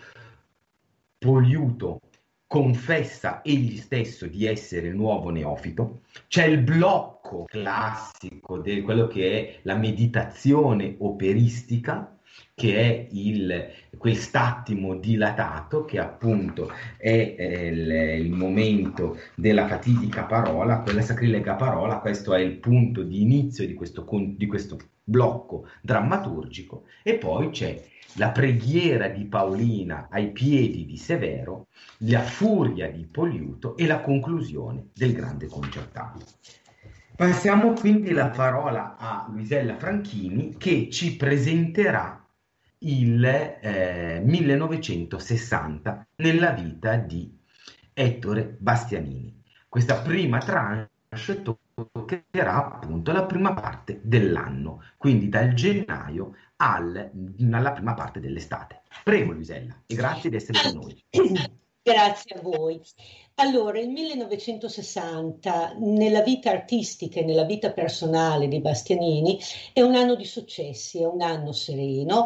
Poliuto confessa egli stesso di essere il nuovo neofito, c'è il blocco classico di quello che è la meditazione operistica, che è il, quel stattimo dilatato, che appunto è eh, il, il momento della fatidica parola, quella sacrilega parola. Questo è il punto di inizio di questo, di questo blocco drammaturgico, e poi c'è la preghiera di Paolina ai piedi di Severo, la furia di Poliuto e la conclusione del grande concertato. Passiamo quindi la parola a Luisella Franchini, che ci presenterà il eh, millenovecentosessanta nella vita di Ettore Bastianini. Questa prima tranche toccherà appunto la prima parte dell'anno, quindi dal gennaio al, alla prima parte dell'estate. Prego Luisella, e grazie di essere con noi. Grazie a voi. Allora, il millenovecentosessanta nella vita artistica e nella vita personale di Bastianini è un anno di successi, è un anno sereno,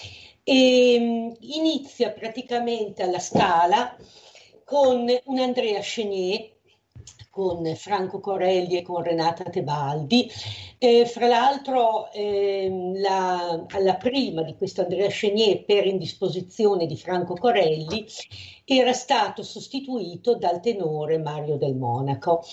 e inizia praticamente alla Scala con un Andrea Chenier, con Franco Corelli e con Renata Tebaldi. Eh, fra l'altro eh, la, alla prima di questo Andrea Chenier, per indisposizione di Franco Corelli, era stato sostituito dal tenore Mario del Monaco.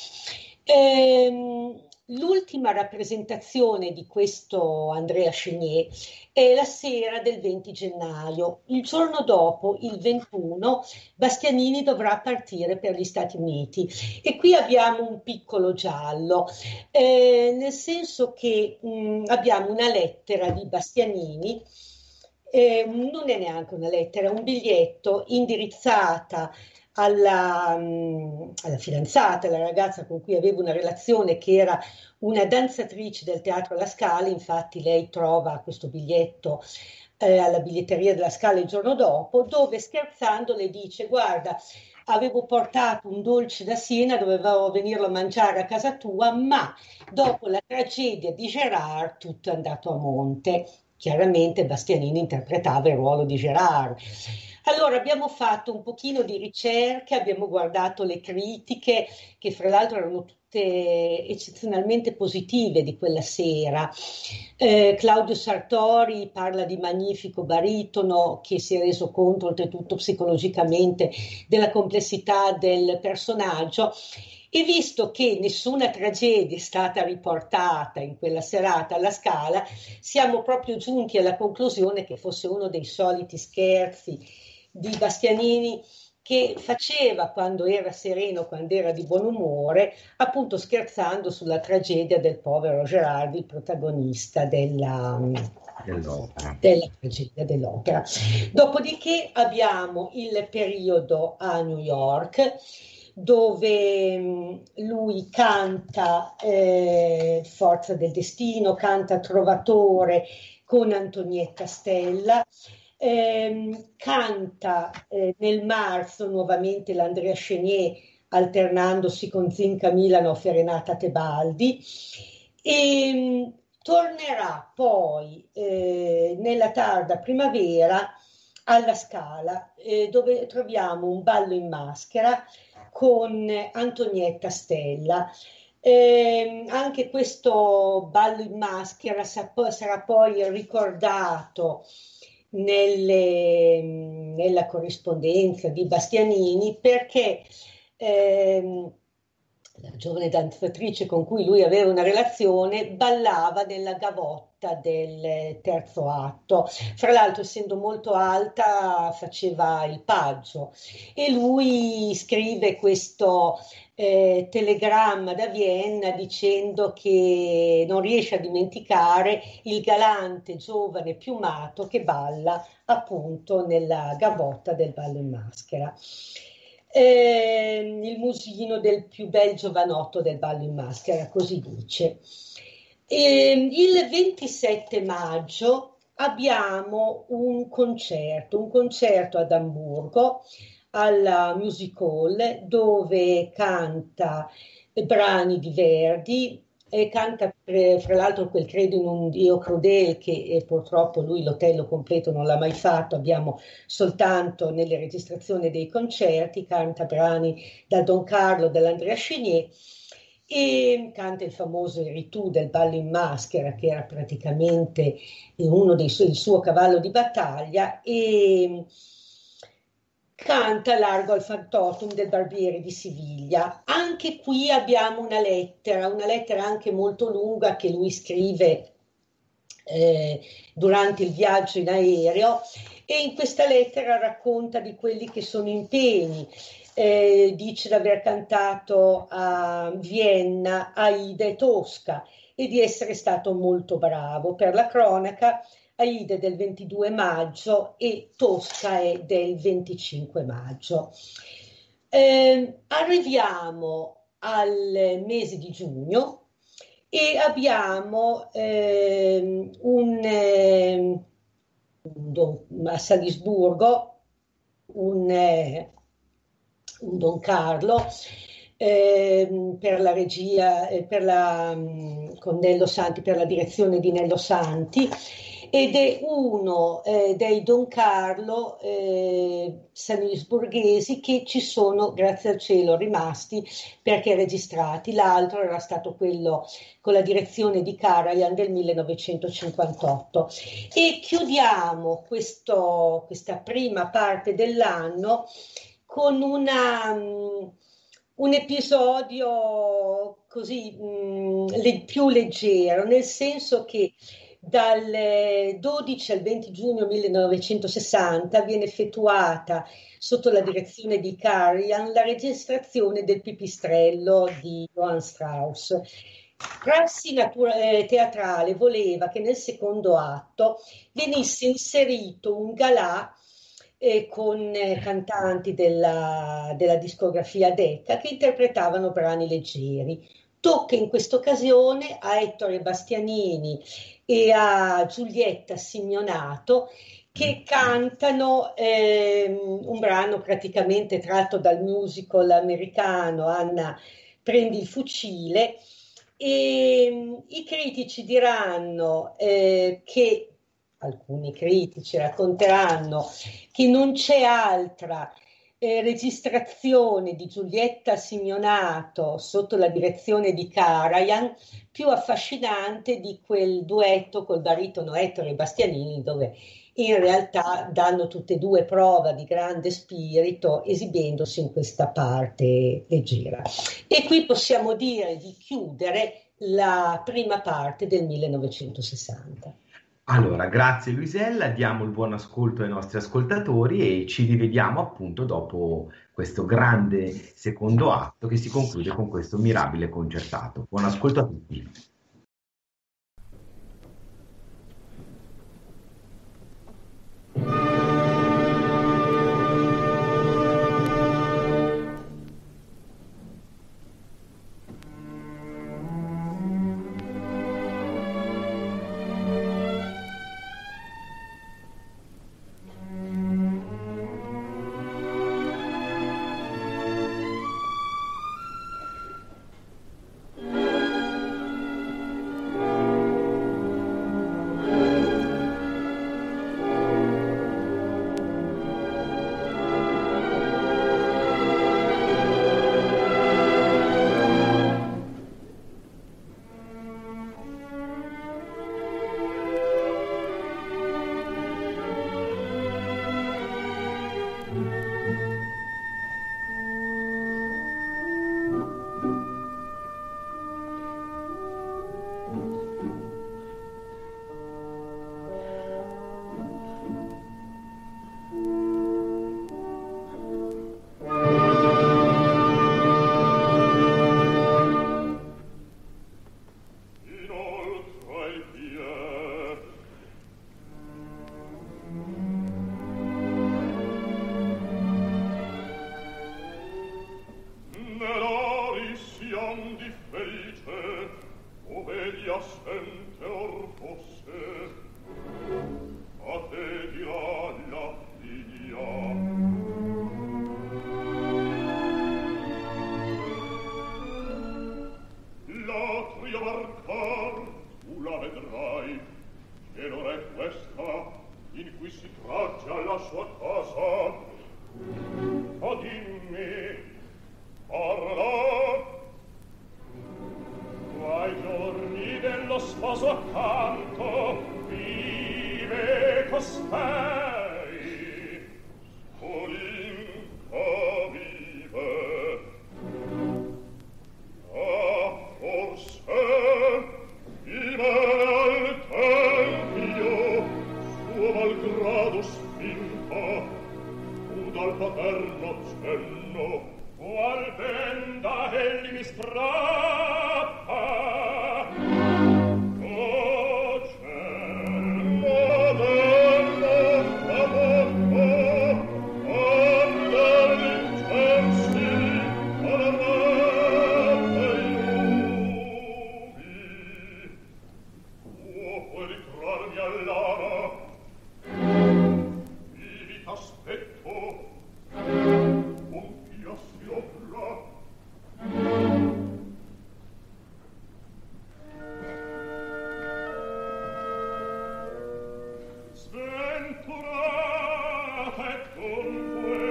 Eh, l'ultima rappresentazione di questo Andrea Chenier è la sera del venti gennaio. Il giorno dopo, il ventuno, Bastianini dovrà partire per gli Stati Uniti, e qui abbiamo un piccolo giallo, eh, nel senso che mh, abbiamo una lettera di Bastianini, eh, non è neanche una lettera, è un biglietto indirizzata alla, mh, alla fidanzata, alla ragazza con cui avevo una relazione, che era una danzatrice del Teatro alla Scala. Infatti lei trova questo biglietto eh, alla biglietteria della Scala il giorno dopo, dove scherzando le dice: guarda, avevo portato un dolce da Siena, dovevo venirlo a mangiare a casa tua, ma dopo la tragedia di Gérard tutto è andato a monte. Chiaramente Bastianini interpretava il ruolo di Gérard. Allora abbiamo fatto un pochino di ricerca, abbiamo guardato le critiche, che fra l'altro erano tutte eccezionalmente positive di quella sera. Eh, Claudio Sartori parla di magnifico baritono che si è reso conto oltretutto psicologicamente della complessità del personaggio. E visto che nessuna tragedia è stata riportata in quella serata alla Scala, siamo proprio giunti alla conclusione che fosse uno dei soliti scherzi di Bastianini, che faceva quando era sereno, quando era di buon umore, appunto scherzando sulla tragedia del povero Gérard, il protagonista della, dell'opera. della tragedia dell'opera. Dopodiché abbiamo il periodo a New York, dove lui canta eh, Forza del Destino, canta Trovatore con Antonietta Stella, eh, canta eh, nel marzo nuovamente l'Andrea Chenier, alternandosi con Zinca Milanov e Renata Tebaldi, e mh, tornerà poi eh, nella tarda primavera alla Scala, eh, dove troviamo un ballo in maschera con Antonietta Stella. Eh, anche questo ballo in maschera sa- sarà poi ricordato nelle, nella corrispondenza di Bastianini, perché ehm, la giovane danzatrice con cui lui aveva una relazione ballava nella gavotta del terzo atto. Fra l'altro, essendo molto alta, faceva il paggio, e lui scrive questo eh, telegramma da Vienna dicendo che non riesce a dimenticare il galante giovane piumato che balla appunto nella gavotta del ballo in maschera. Eh, il musino del più bel giovanotto del ballo in maschera, così dice. E il ventisette maggio abbiamo un concerto, un concerto ad Amburgo, alla Music Hall, dove canta brani di Verdi, e canta eh, fra l'altro quel Credo in un Dio crudele, che eh, purtroppo lui l'Otello completo non l'ha mai fatto, abbiamo soltanto nelle registrazioni dei concerti. Canta brani da Don Carlo, dell'Andrea Chenier, e canta il famoso Il ritù del ballo in maschera, che era praticamente uno dei su- il suo cavallo di battaglia, e canta Largo al Factotum del Barbiere di Siviglia. Anche qui abbiamo una lettera, una lettera anche molto lunga che lui scrive eh, durante il viaggio in aereo, e in questa lettera racconta di quelli che sono impegni. Eh, dice di aver cantato a Vienna, Aida e Tosca, e di essere stato molto bravo. Per la cronaca, Aida è del ventidue maggio e Tosca è del venticinque maggio. Eh, arriviamo al mese di giugno e abbiamo eh, un, eh, un, a Salisburgo un, eh, un Don Carlo eh, per la regia, eh, per la, con Nello Santi, per la direzione di Nello Santi, ed è uno eh, dei Don Carlo eh, salisburghesi che ci sono, grazie al cielo, rimasti perché registrati. L'altro era stato quello con la direzione di Karajan del millenovecentocinquantotto. E chiudiamo questo, questa prima parte dell'anno con una, um, un episodio così um, le, più leggero, nel senso che dal dodici al venti giugno millenovecentosessanta viene effettuata, sotto la direzione di Karajan, la registrazione del Pipistrello di Johann Strauss. Prassi natura- eh, teatrale voleva che nel secondo atto venisse inserito un galà eh, con eh, cantanti della, della discografia Decca che interpretavano brani leggeri. Tocca in questa occasione a Ettore Bastianini e a Giulietta Simeonato, che cantano eh, un brano praticamente tratto dal musical americano Anna prendi il fucile, e um, i critici diranno eh, che, alcuni critici racconteranno che non c'è altra Eh, registrazione di Giulietta Simeonato sotto la direzione di Karajan più affascinante di quel duetto col baritono Ettore Bastianini, dove in realtà danno tutte e due prova di grande spirito esibendosi in questa parte leggera. E qui possiamo dire di chiudere la prima parte del millenovecentosessanta. Allora, grazie Luisella, diamo il buon ascolto ai nostri ascoltatori e ci rivediamo appunto dopo questo grande secondo atto che si conclude con questo mirabile concertato. Buon ascolto a tutti. egli assente or fosse, a te dirà la figlia. L'atrio varcar tu la vedrai, che l'ora è questa in cui si tragge alla sua casa. Ma dimmi, parla, tu ai giorni dello sposo accanto vive costei, solinca vive. Ah, forse vive al tempio suo malgrado spinta, o dal paterno cenno, o al benda egli mi strappa. O cenno dello tramonto, ardere l'incensi, alarmante i nubi, o puoi ritrarmi all'ara, vivi t'aspetto, con chi si offra. Sventurata e dunque,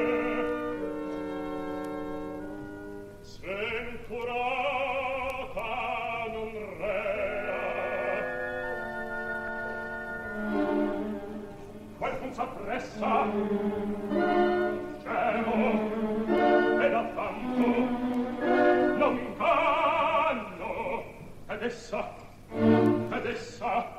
sventurata non rea, qualcun s'appressa, scemo, ed affanto, non m'inganno, ed essa, ed essa,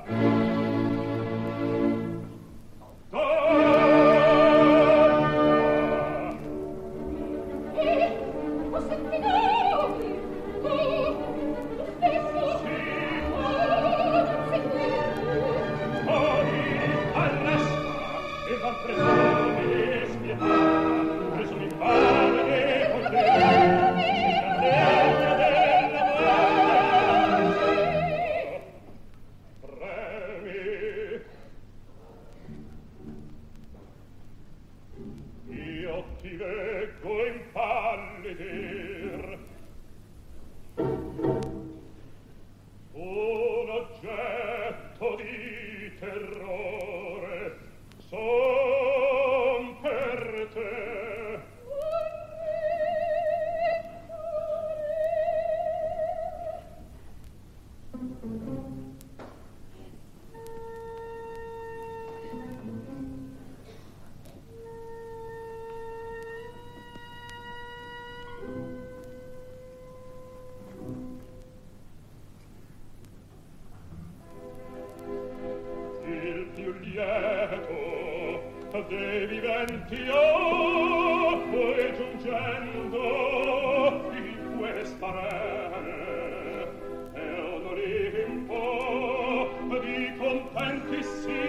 dei viventi acque giungendo in questa rene e onorivi un po' di contenti sì,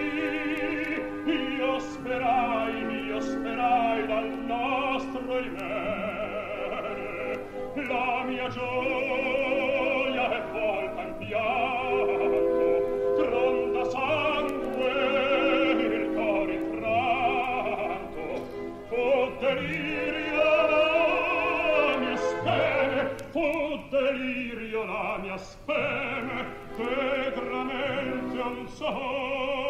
io sperai, io sperai dal nostro imene, la mia gioia è volta in pianto, tronda sangue il cor infranto, fu delirio la mia speme, fu delirio la mia speme, tegramente un sogno.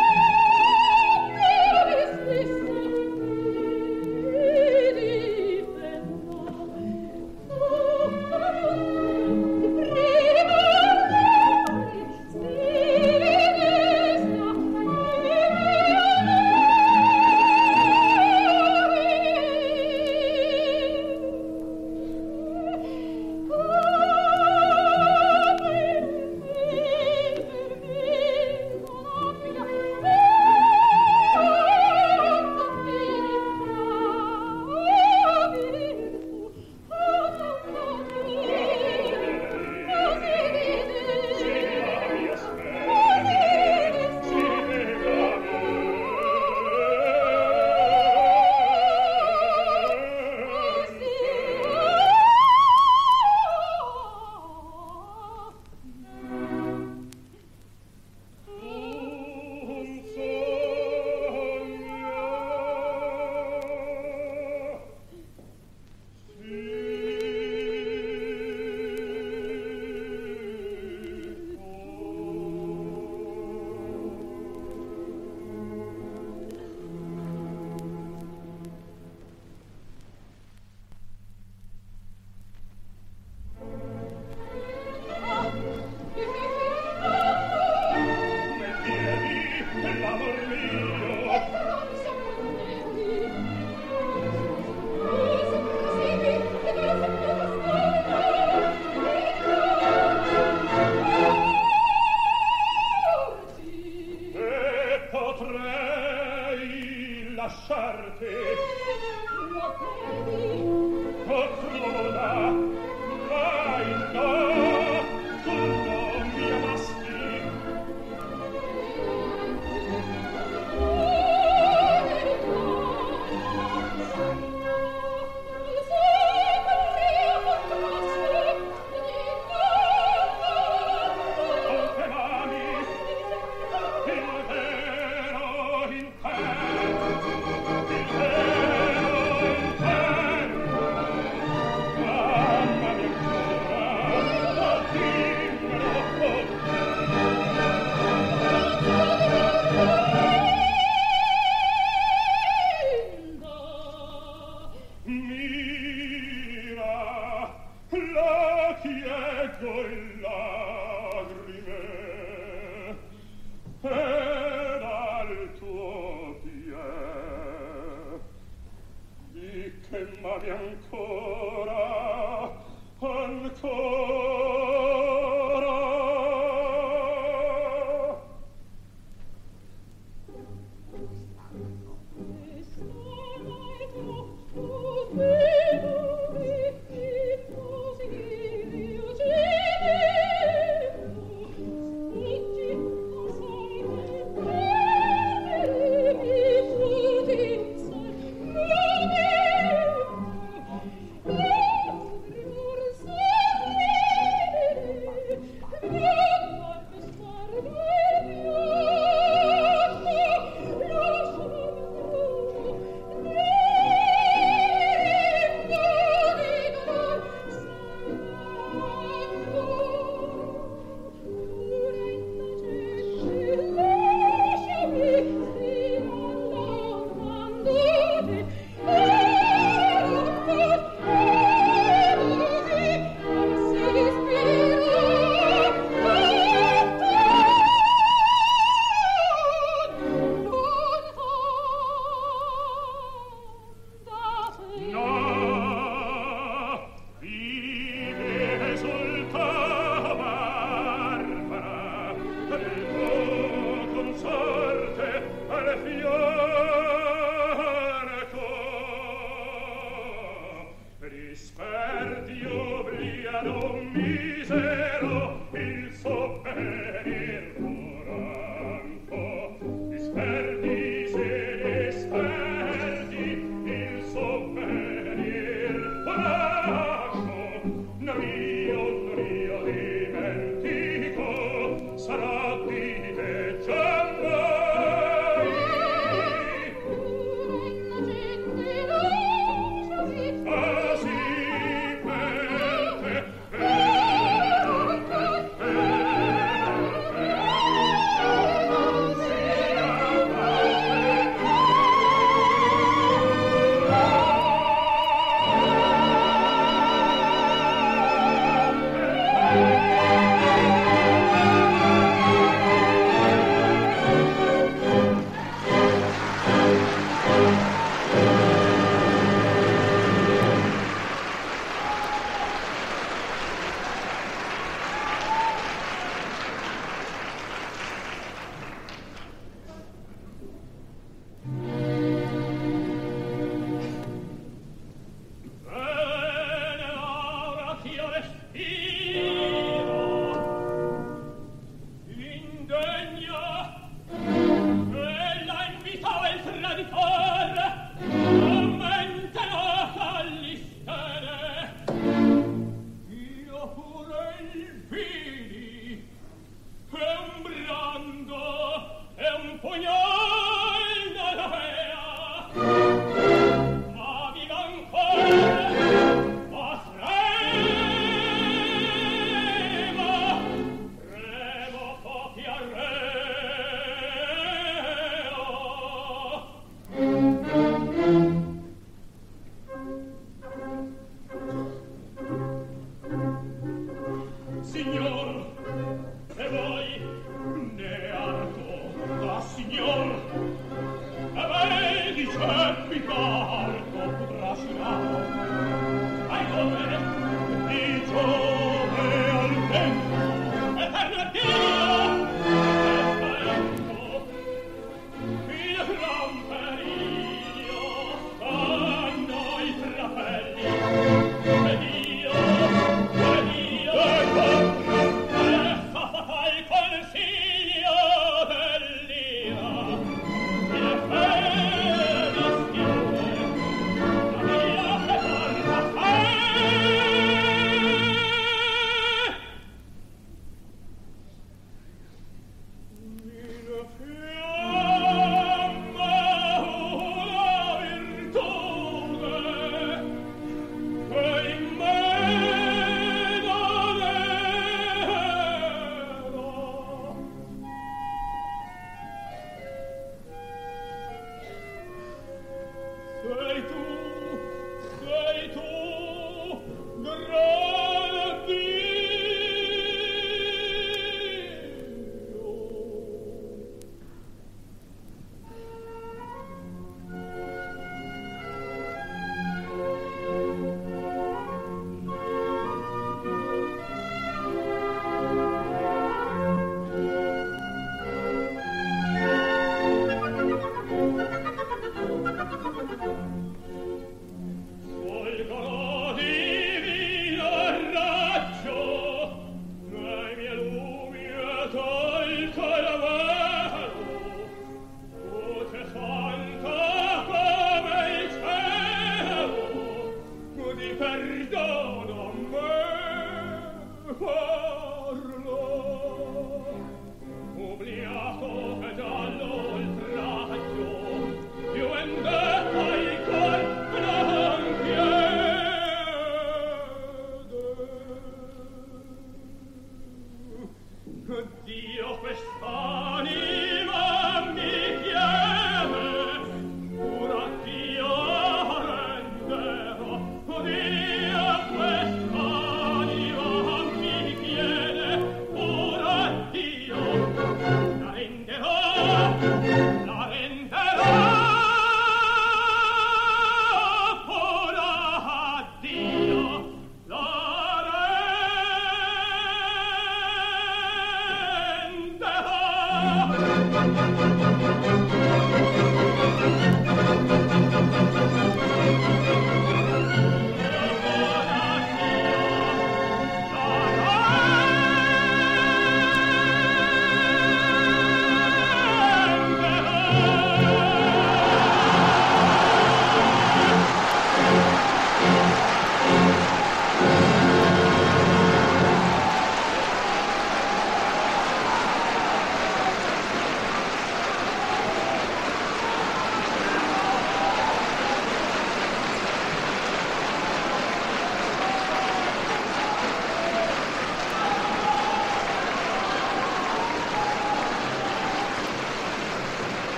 Vedi potrei lasciarti. Lo credi? Oh, cruda, vai, no, tu non mi amasti. Oh, sei tu, sei tu, grande Dio.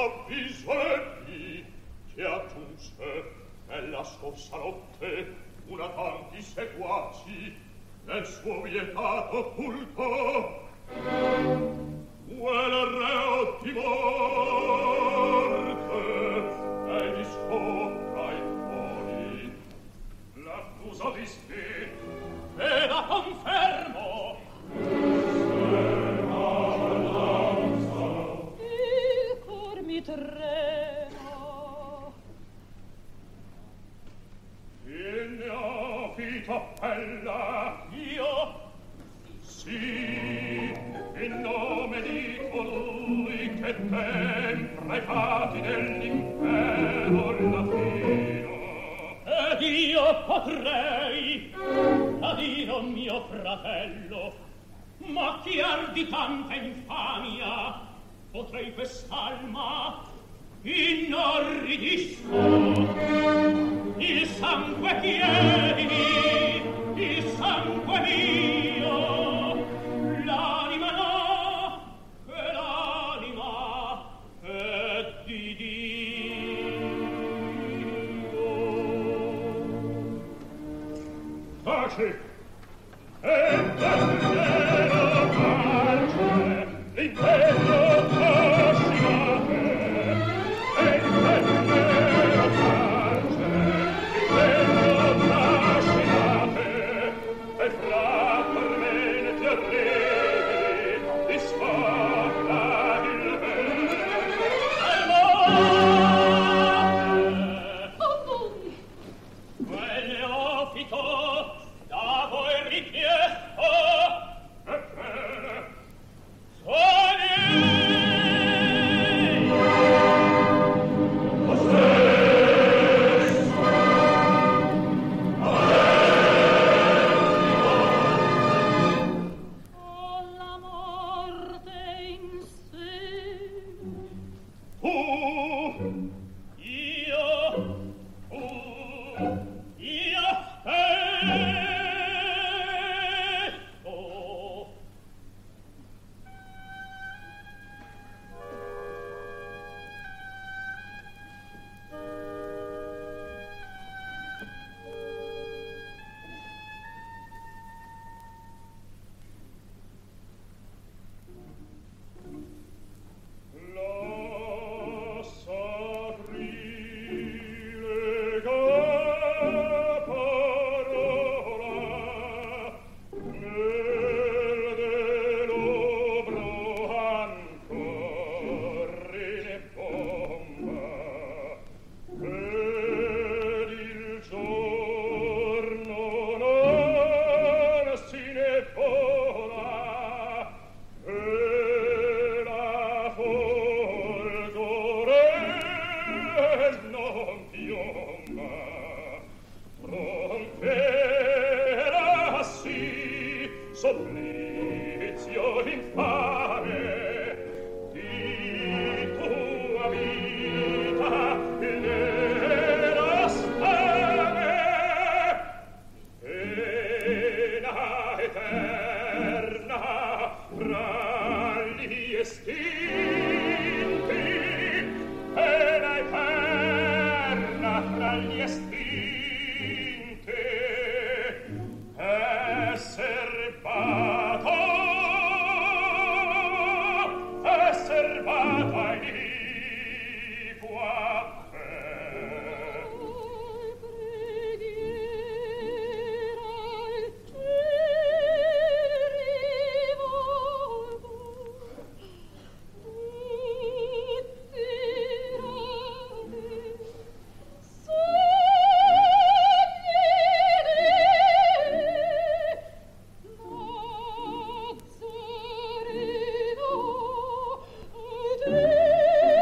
avvisoletti che aggiunse nella scorsa notte una tanti seguaci nel suo vietato culto. Quel reo di morte e gli scopra i cuori. L'accuso di ste e la confermo. Il cor mi trema. Il neofito appella io, sì, in nome di colui che tempra i fati dell'impero latino. Ed io potrei, ladino mio fratello, macchiar di tanta infamia, potrei quest'alma inorridisco. Il sangue chiedimi, il sangue mio, l'anima no, e l'anima è di Dio. Taci, e davvero pace, l'impero trascinate, e davvero pace, l'impero trascinate, e fra tormenti orribili disfatta il vento. Oh, voi! Quel neofito da voi richiesto, ebbene, suoni! Lo stesso! Ho la morte in sé. Tu, io, tu, io stesso. La s'aprile parola nel delubro ancor ne bomba ed il giorno non si ne vola e la folgore non piomba. Romperà sì supplizio infame di tua vita il nero stame, pena eterna fra gli estinti, pena eterna fra gli estinti, esser bato, esser bato ai iniqua fe. Preghiera al cielo rivolgo, tutti rami, sogni di Nazzareno, ed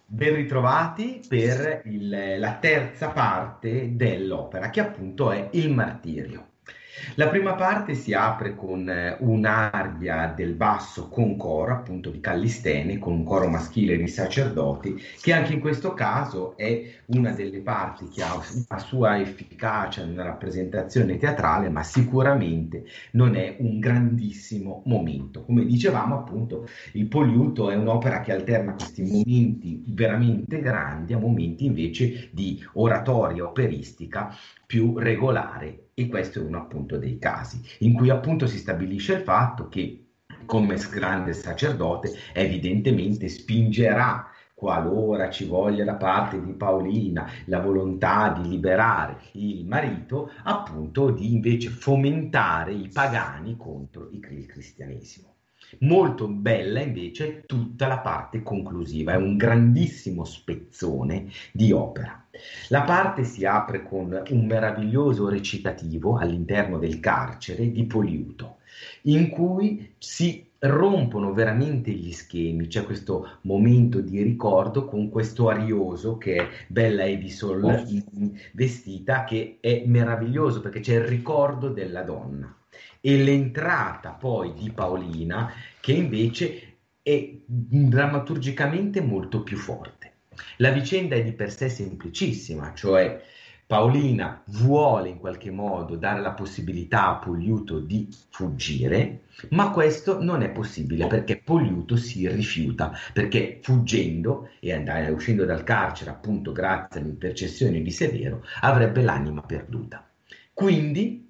Ben ritrovati per il- la terza parte dell'opera, che appunto è il martirio. La prima parte si apre con eh, un'aria del basso con coro, appunto di Callistene, con un coro maschile di sacerdoti, che anche in questo caso è una delle parti che ha la sua efficacia nella rappresentazione teatrale, ma sicuramente non è un grandissimo momento. Come dicevamo, appunto, il Poliuto è un'opera che alterna questi momenti veramente grandi a momenti invece di oratoria operistica più regolare, e questo è uno appunto dei casi in cui appunto si stabilisce il fatto che come grande sacerdote evidentemente spingerà, qualora ci voglia da parte di Paolina la volontà di liberare il marito, appunto di invece fomentare i pagani contro il cristianesimo. Molto bella invece tutta la parte conclusiva, è un grandissimo spezzone di opera. La parte si apre con un meraviglioso recitativo all'interno del carcere di Poliuto, in cui si rompono veramente gli schemi. C'è questo momento di ricordo con questo arioso che è Bella Edisol vestita, che è meraviglioso perché c'è il ricordo della donna, e l'entrata poi di Paolina che invece è drammaturgicamente molto più forte. La vicenda è di per sé semplicissima, cioè Paolina vuole in qualche modo dare la possibilità a Poliuto di fuggire, ma questo non è possibile perché Poliuto si rifiuta, perché fuggendo e andare, uscendo dal carcere appunto grazie all'intercessione di Severo avrebbe l'anima perduta. Quindi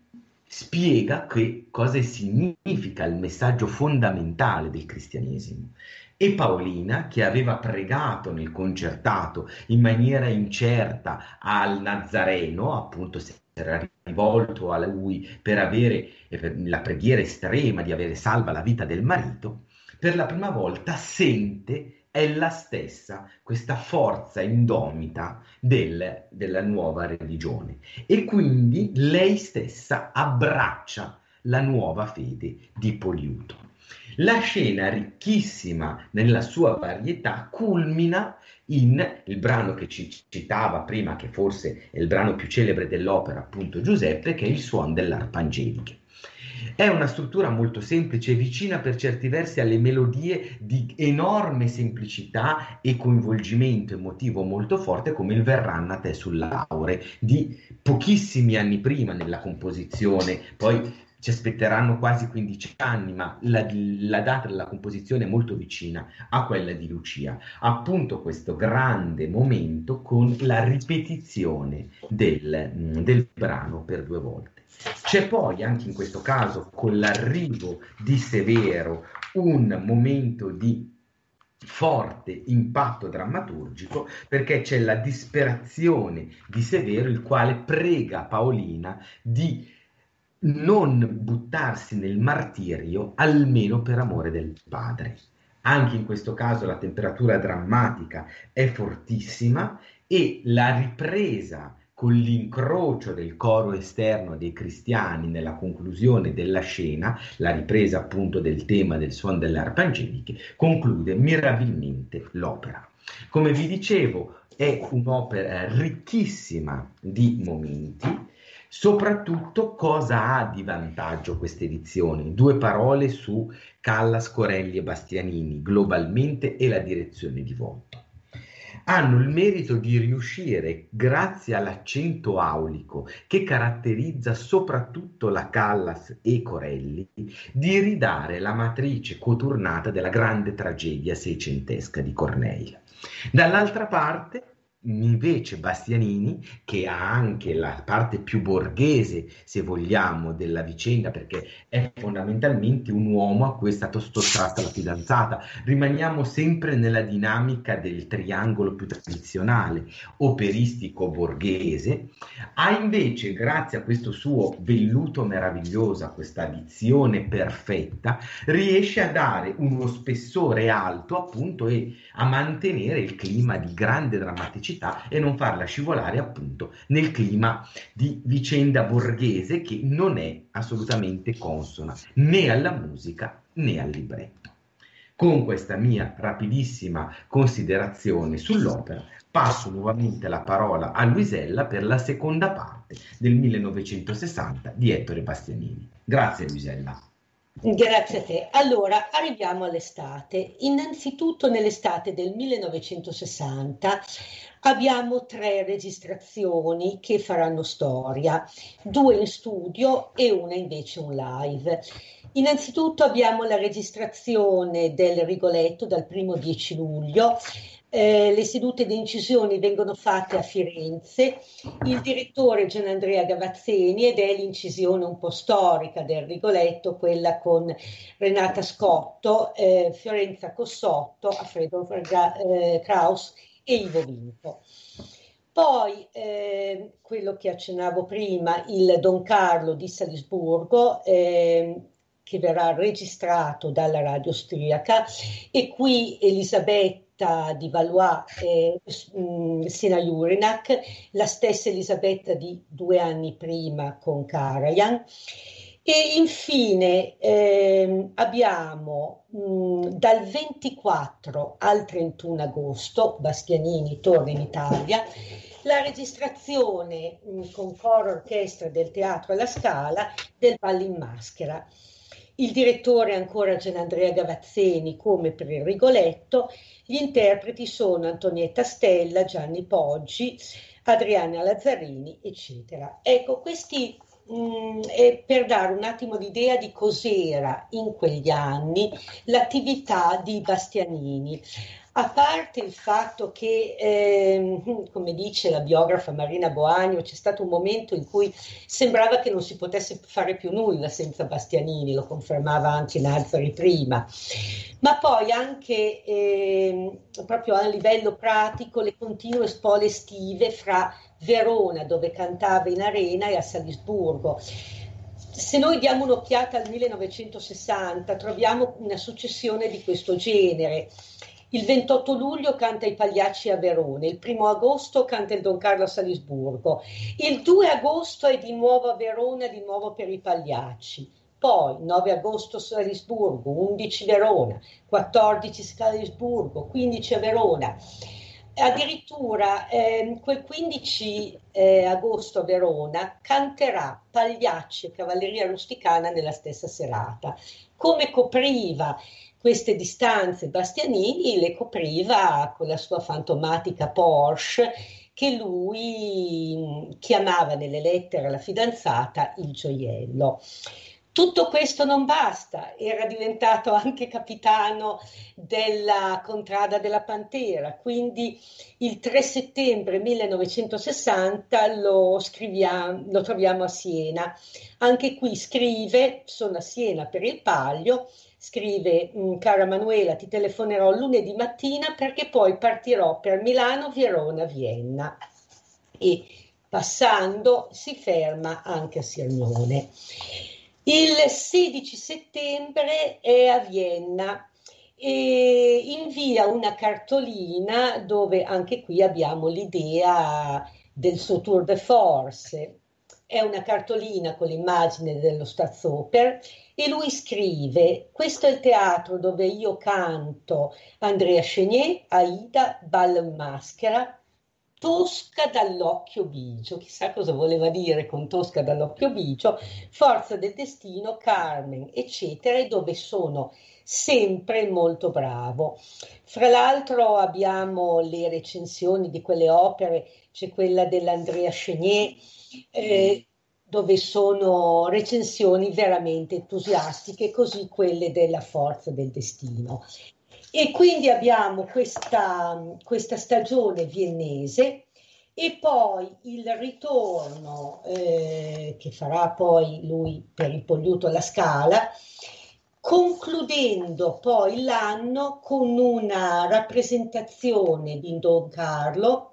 spiega che cosa significa il messaggio fondamentale del cristianesimo. E Paolina, che aveva pregato nel concertato in maniera incerta al Nazareno, appunto si era rivolto a lui per avere per la preghiera estrema di avere salva la vita del marito, per la prima volta sente ella stessa questa forza indomita del, della nuova religione, e quindi lei stessa abbraccia la nuova fede di Poliuto. La scena, ricchissima nella sua varietà, culmina in il brano che ci citava prima, che forse è il brano più celebre dell'opera, appunto Giuseppe, che è il suono dell'arpa angelica. È una struttura molto semplice, vicina per certi versi alle melodie di enorme semplicità e coinvolgimento emotivo molto forte, come il Verranno a te sulle lauree di pochissimi anni prima nella composizione. Poi ci aspetteranno quasi quindici anni, ma la, la data della composizione è molto vicina a quella di Lucia. Appunto questo grande momento con la ripetizione del, del brano per due volte. C'è poi anche in questo caso, con l'arrivo di Severo, un momento di forte impatto drammaturgico, perché c'è la disperazione di Severo, il quale prega Paolina di non buttarsi nel martirio almeno per amore del padre. Anche in questo caso la temperatura drammatica è fortissima e la ripresa con l'incrocio del coro esterno dei cristiani nella conclusione della scena, la ripresa appunto del tema del suono delle arpe angeliche, conclude mirabilmente l'opera. Come vi dicevo, è un'opera ricchissima di momenti. Soprattutto cosa ha di vantaggio questa edizione? Due parole su Callas, Corelli e Bastianini, globalmente, e la direzione di Votto. Hanno il merito di riuscire, grazie all'accento aulico che caratterizza soprattutto la Callas e Corelli, di ridare la matrice coturnata della grande tragedia seicentesca di Corneille. Dall'altra parte, invece, Bastianini, che ha anche la parte più borghese, se vogliamo, della vicenda, perché è fondamentalmente un uomo a cui è stata sottratta la fidanzata. Rimaniamo sempre nella dinamica del triangolo più tradizionale, operistico borghese. Ha invece, grazie a questo suo velluto meraviglioso, a questa dizione perfetta, riesce a dare uno spessore alto, appunto, e a mantenere il clima di grande drammaticità e non farla scivolare appunto nel clima di vicenda borghese che non è assolutamente consona né alla musica né al libretto. Con questa mia rapidissima considerazione sull'opera, passo nuovamente la parola a Luisella per la seconda parte del millenovecentosessanta di Ettore Bastianini. Grazie Luisella. Grazie a te. Allora, arriviamo all'estate. Innanzitutto nell'estate del millenovecentosessanta abbiamo tre registrazioni che faranno storia, due in studio e una invece un live. Innanzitutto abbiamo la registrazione del Rigoletto dal primo dieci luglio. Eh, le sedute di incisioni vengono fatte a Firenze, il direttore è Gianandrea Gavazzeni ed è l'incisione un po' storica del Rigoletto, quella con Renata Scotto, eh, Fiorenza Cossotto, Alfredo eh, Kraus e Ivo Vinto. Poi eh, quello che accennavo prima, il Don Carlo di Salisburgo, eh, che verrà registrato dalla radio austriaca, e qui Elisabetta di Valois e mh, Sina Jurinak, la stessa Elisabetta di due anni prima con Karajan. E infine eh, abbiamo mh, dal ventiquattro al trentuno agosto, Bastianini torna in Italia, la registrazione mh, con coro orchestra del Teatro alla Scala del Ballo in Maschera. Il direttore è ancora Gianandrea Gavazzeni come per il Rigoletto, gli interpreti sono Antonietta Stella, Gianni Poggi, Adriana Lazzarini, eccetera. Ecco, questi mh, è per dare un attimo l'idea di cos'era in quegli anni l'attività di Bastianini. A parte il fatto che, eh, come dice la biografa Marina Boagno, c'è stato un momento in cui sembrava che non si potesse fare più nulla senza Bastianini, lo confermava anche Nazari prima, ma poi anche eh, proprio a livello pratico le continue spole estive fra Verona, dove cantava in arena, e a Salisburgo. Se noi diamo un'occhiata al millenovecentosessanta troviamo una successione di questo genere. Il ventotto luglio canta i Pagliacci a Verona, il primo agosto canta il Don Carlo a Salisburgo, il due agosto è di nuovo a Verona, di nuovo per i Pagliacci, poi nove agosto Salisburgo, undici Verona, quattordici Salisburgo, quindici a Verona. Addirittura eh, quel quindici eh, agosto a Verona canterà Pagliacci e Cavalleria Rusticana nella stessa serata. Come copriva queste distanze Bastianini? Le copriva con la sua fantomatica Porsche che lui chiamava nelle lettere alla fidanzata il gioiello. Tutto questo non basta, era diventato anche capitano della Contrada della Pantera, quindi il tre settembre millenovecentosessanta lo, scriviamo, lo troviamo a Siena. Anche qui scrive, sono a Siena per il Palio, scrive: cara Manuela, ti telefonerò lunedì mattina perché poi partirò per Milano, Verona, Vienna. E passando si ferma anche a Sirmione. Il sedici settembre è a Vienna e invia una cartolina dove anche qui abbiamo l'idea del suo tour de force. È una cartolina con l'immagine dello Staatsoper e lui scrive: questo è il teatro dove io canto Andrea Chenier, Aida, ballo in maschera, Tosca dall'occhio bigio, chissà cosa voleva dire con Tosca dall'occhio bigio, Forza del destino, Carmen, eccetera, e dove sono sempre molto bravo. Fra l'altro abbiamo le recensioni di quelle opere, c'è quella dell'Andrea Chenier, eh, dove sono recensioni veramente entusiastiche, così quelle della Forza del destino. E quindi abbiamo questa, questa stagione viennese e poi il ritorno eh, che farà poi lui per il Pogliuto alla Scala, concludendo poi l'anno con una rappresentazione di Don Carlo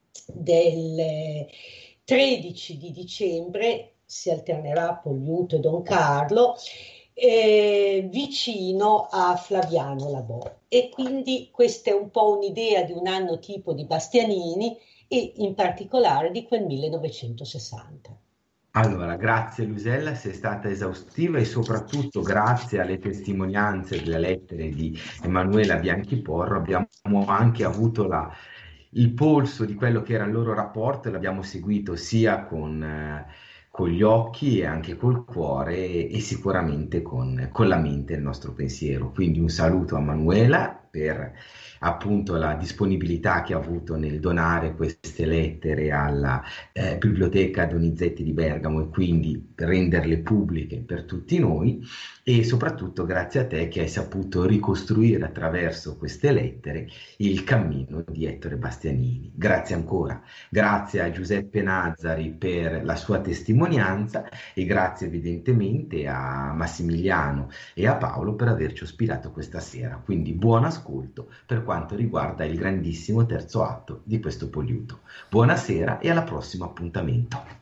del tredici di dicembre, si alternerà Pogliuto e Don Carlo, Eh, vicino a Flaviano Labò. E quindi questa è un po' un'idea di un anno tipo di Bastianini e in particolare di quel millenovecentosessanta. Allora, grazie Luisella, sei stata esaustiva e soprattutto grazie alle testimonianze delle lettere di Emanuela Bianchiporro abbiamo anche avuto la- il polso di quello che era il loro rapporto e l'abbiamo seguito sia con, eh, con gli occhi e anche col cuore e, e sicuramente con, con la mente e il nostro pensiero. Quindi un saluto a Manuela per appunto la disponibilità che ha avuto nel donare queste lettere alla eh, Biblioteca Donizetti di Bergamo e quindi renderle pubbliche per tutti noi e soprattutto grazie a te che hai saputo ricostruire attraverso queste lettere il cammino di Ettore Bastianini. Grazie ancora, grazie a Giuseppe Nazzari per la sua testimonianza e grazie evidentemente a Massimiliano e a Paolo per averci ospitato questa sera. Quindi buon ascolto per quanto riguarda il grandissimo terzo atto di questo Poliuto. Buonasera e alla prossimo appuntamento.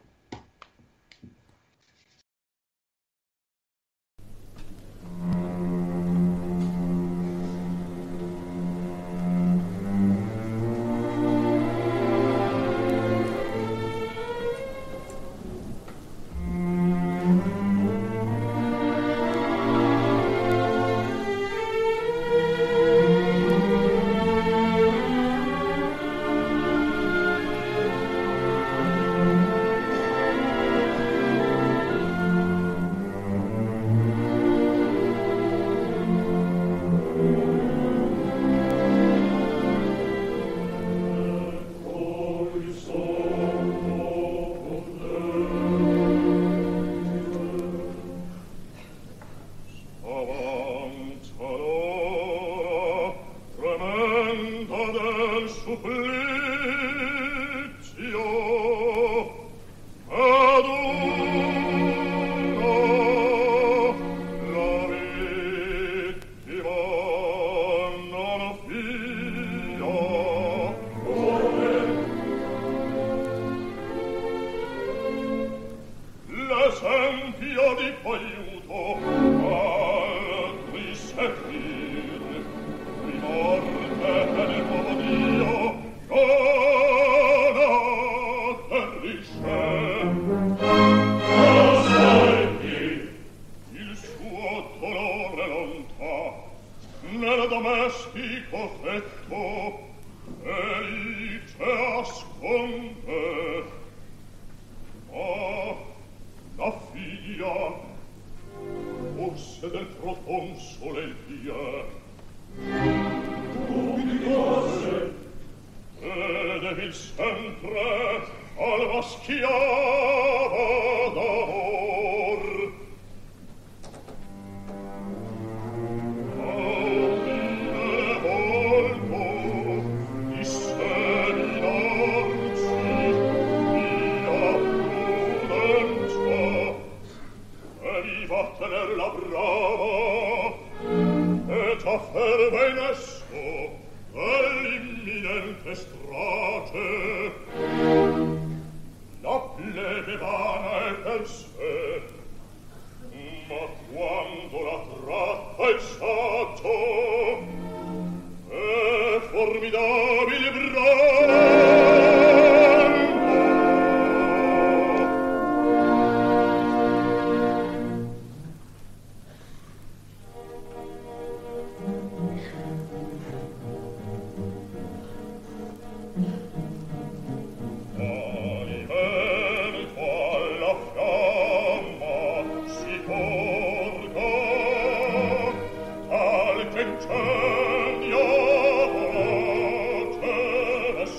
Incendio voce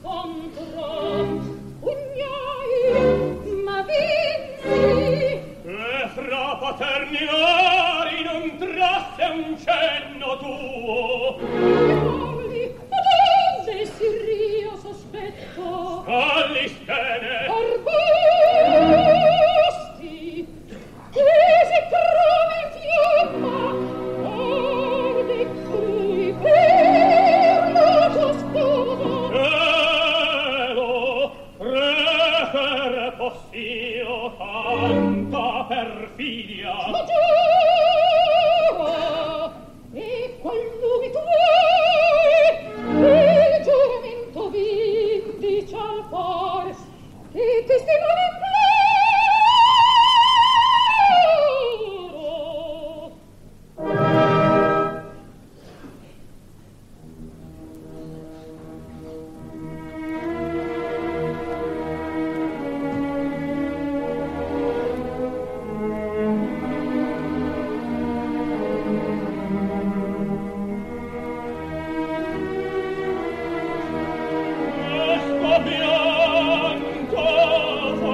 scontrò, pugnai, ma vinsi. E fra paterni lari non trasse un cenno tuo. Diavoli, ma donde si rio sospetto? Scalli stene. Arbusti, che si trova in fiamma, or di cui per la tua sposa. Cielo, credere possio tanta perfidia. Ma giuro, e qual lume tuoi, il giuramento vindici al cor, e testimoni imploro. Questo pianto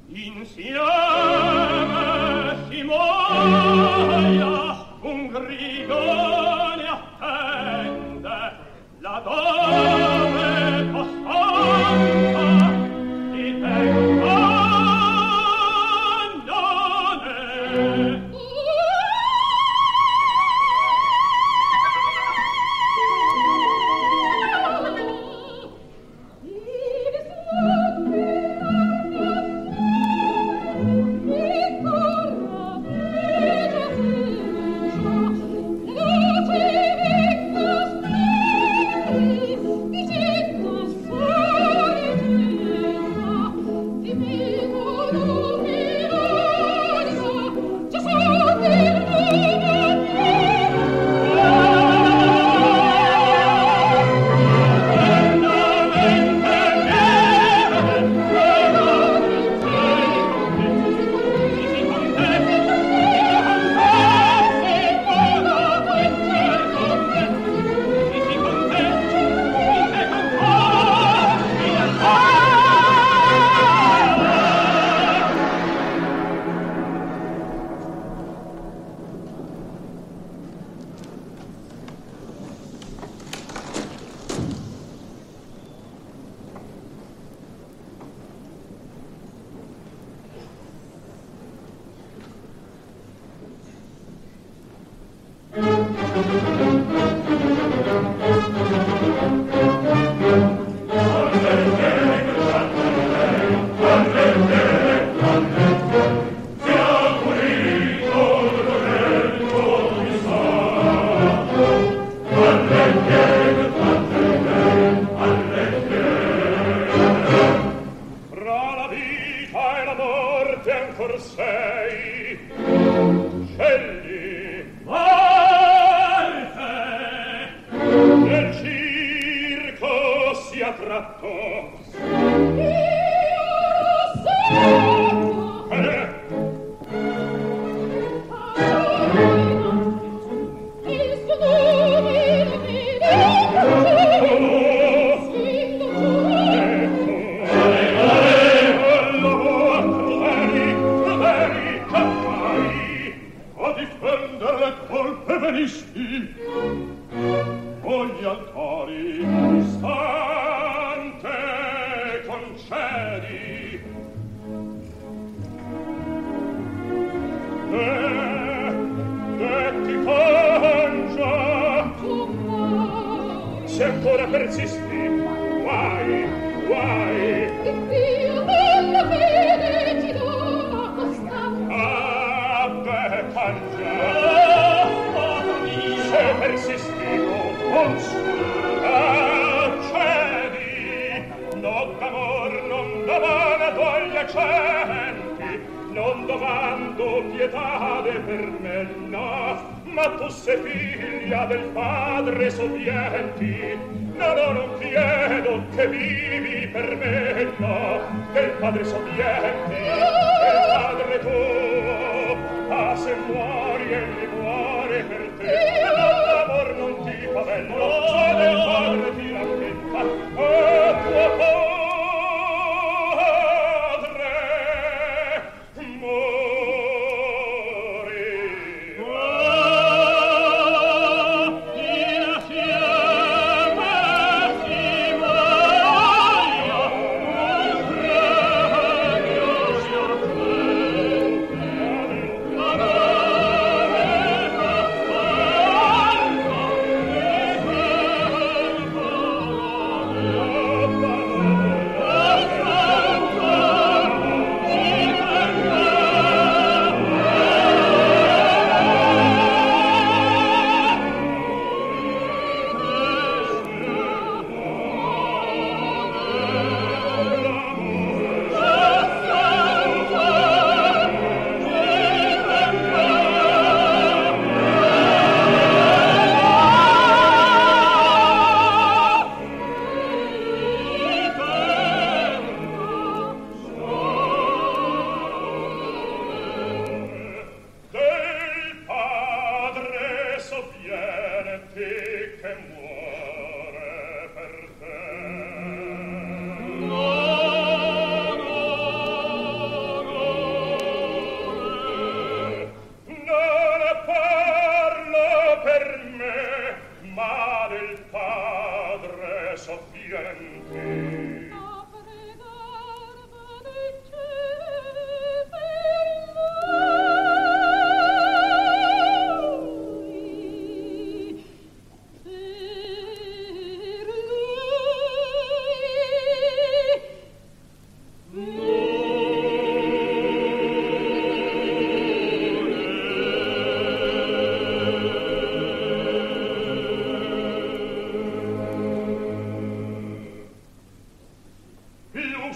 insieme si muoia, un grido ne attende, laddove costanza di te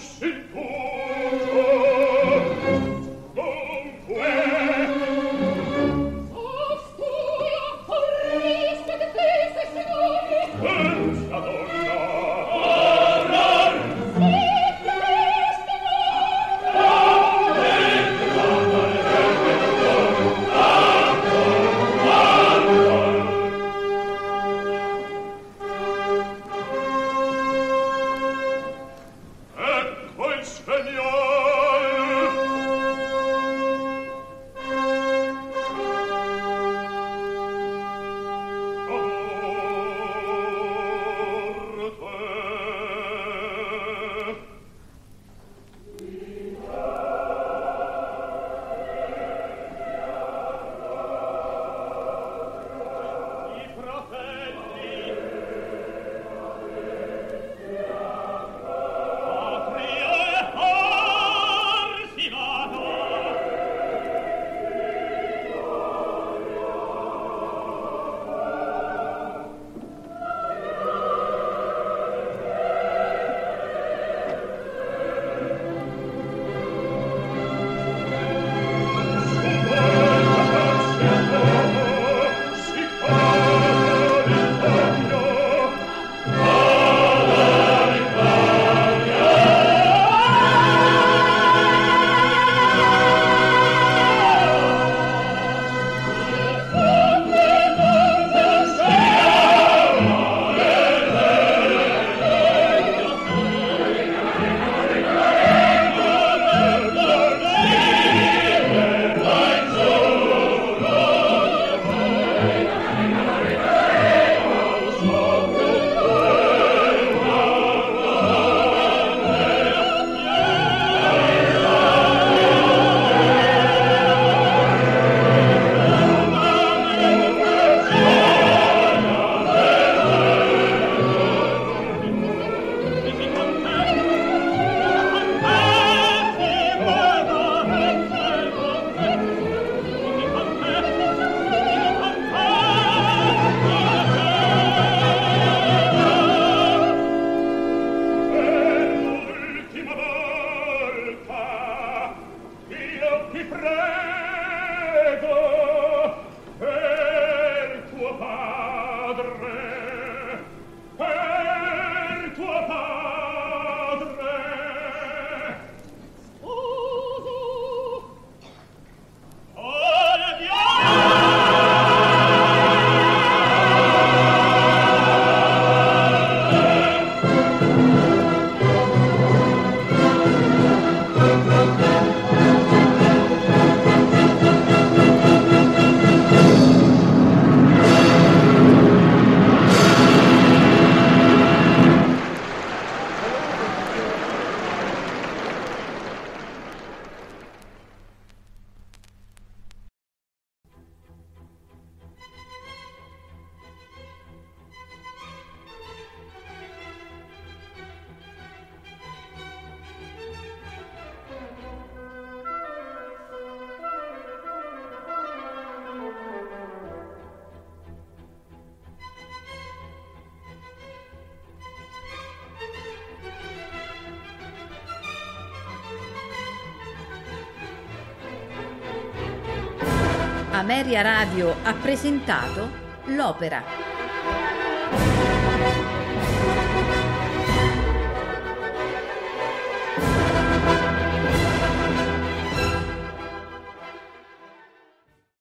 Ameria Radio ha presentato l'opera.